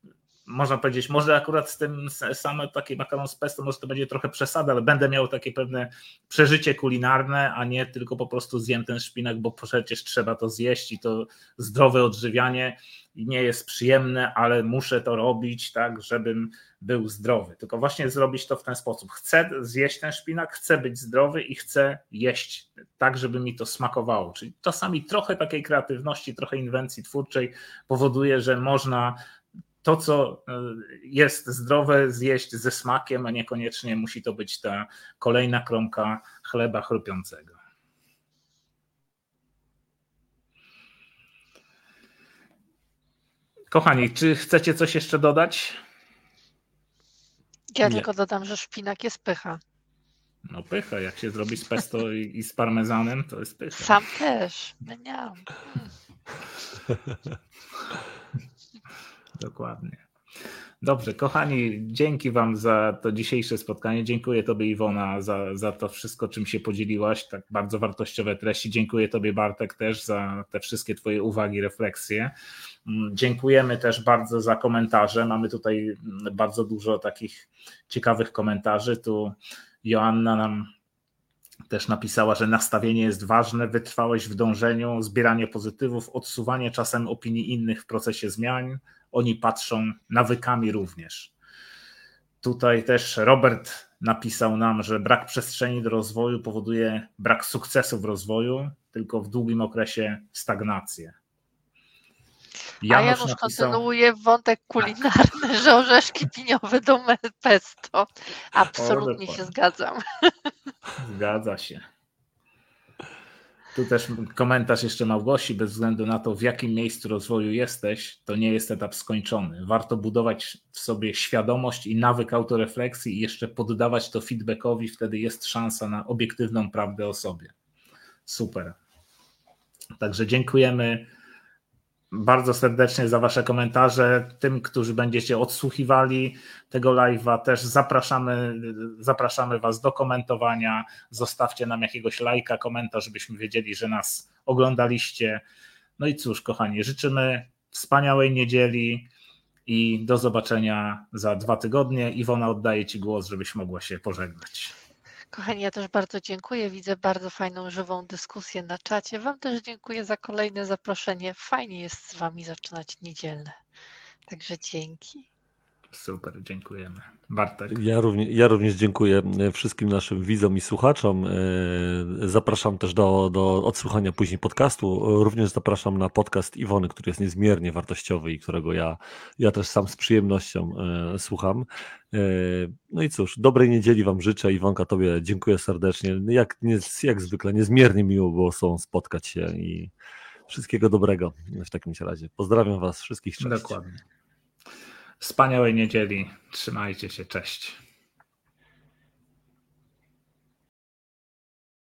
można powiedzieć, może akurat z tym same takie makaron z pesto, może to będzie trochę przesada, ale będę miał takie pewne przeżycie kulinarne, a nie tylko po prostu zjem ten szpinak, bo przecież trzeba to zjeść i to zdrowe odżywianie i nie jest przyjemne, ale muszę to robić tak, żebym był zdrowy. Tylko właśnie zrobić to w ten sposób. Chcę zjeść ten szpinak, chcę być zdrowy i chcę jeść tak, żeby mi to smakowało. Czyli czasami trochę takiej kreatywności, trochę inwencji twórczej powoduje, że można to, co jest zdrowe, zjeść ze smakiem, a niekoniecznie musi to być ta kolejna kromka chleba chrupiącego. Kochani, czy chcecie coś jeszcze dodać? Ja Nie. tylko dodam, że szpinak jest pycha. No pycha, jak się zrobi z pesto i, i z parmezanem, to jest pycha. Sam też. Miam. Dokładnie. Dobrze, kochani, dzięki wam za to dzisiejsze spotkanie. Dziękuję tobie, Iwona, za, za to wszystko, czym się podzieliłaś. Tak bardzo wartościowe treści. Dziękuję tobie, Bartek, też za te wszystkie twoje uwagi, refleksje. Dziękujemy też bardzo za komentarze. Mamy tutaj bardzo dużo takich ciekawych komentarzy. Tu Joanna nam też napisała, że nastawienie jest ważne, wytrwałość w dążeniu, zbieranie pozytywów, odsuwanie czasem opinii innych w procesie zmian. Oni patrzą nawykami również. Tutaj też Robert napisał nam, że brak przestrzeni do rozwoju powoduje brak sukcesu w rozwoju, tylko w długim okresie stagnację. Janusz A Janusz napisał... kontynuuje wątek kulinarny, tak. Że orzeszki piniowe do pesto. Absolutnie o, się zgadzam. Zgadza się. Tu też komentarz jeszcze Małgosi, bez względu na to, w jakim miejscu rozwoju jesteś, to nie jest etap skończony. Warto budować w sobie świadomość i nawyk autorefleksji i jeszcze poddawać to feedbackowi, wtedy jest szansa na obiektywną prawdę o sobie. Super. Także dziękujemy bardzo serdecznie za wasze komentarze. Tym, którzy będziecie odsłuchiwali tego live'a, też zapraszamy, zapraszamy was do komentowania. Zostawcie nam jakiegoś lajka, komentarz, żebyśmy wiedzieli, że nas oglądaliście. No i cóż, kochani, życzymy wspaniałej niedzieli i do zobaczenia za dwa tygodnie. Iwona, oddaję ci głos, żebyś mogła się pożegnać. Kochani, ja też bardzo dziękuję. Widzę bardzo fajną, żywą dyskusję na czacie. Wam też dziękuję za kolejne zaproszenie. Fajnie jest z wami zaczynać niedzielne. Także dzięki. Super, dziękujemy. Bartek. Ja również, ja również dziękuję wszystkim naszym widzom i słuchaczom. Zapraszam też do, do odsłuchania później podcastu. Również zapraszam na podcast Iwony, który jest niezmiernie wartościowy i którego ja, ja też sam z przyjemnością słucham. No i cóż, dobrej niedzieli Wam życzę. Iwonka, Tobie dziękuję serdecznie. Jak, jak zwykle, niezmiernie miło było z Tobą spotkać się i wszystkiego dobrego w takim razie. Pozdrawiam Was wszystkich. Cześć. Dokładnie. Wspaniałej niedzieli. Trzymajcie się. Cześć.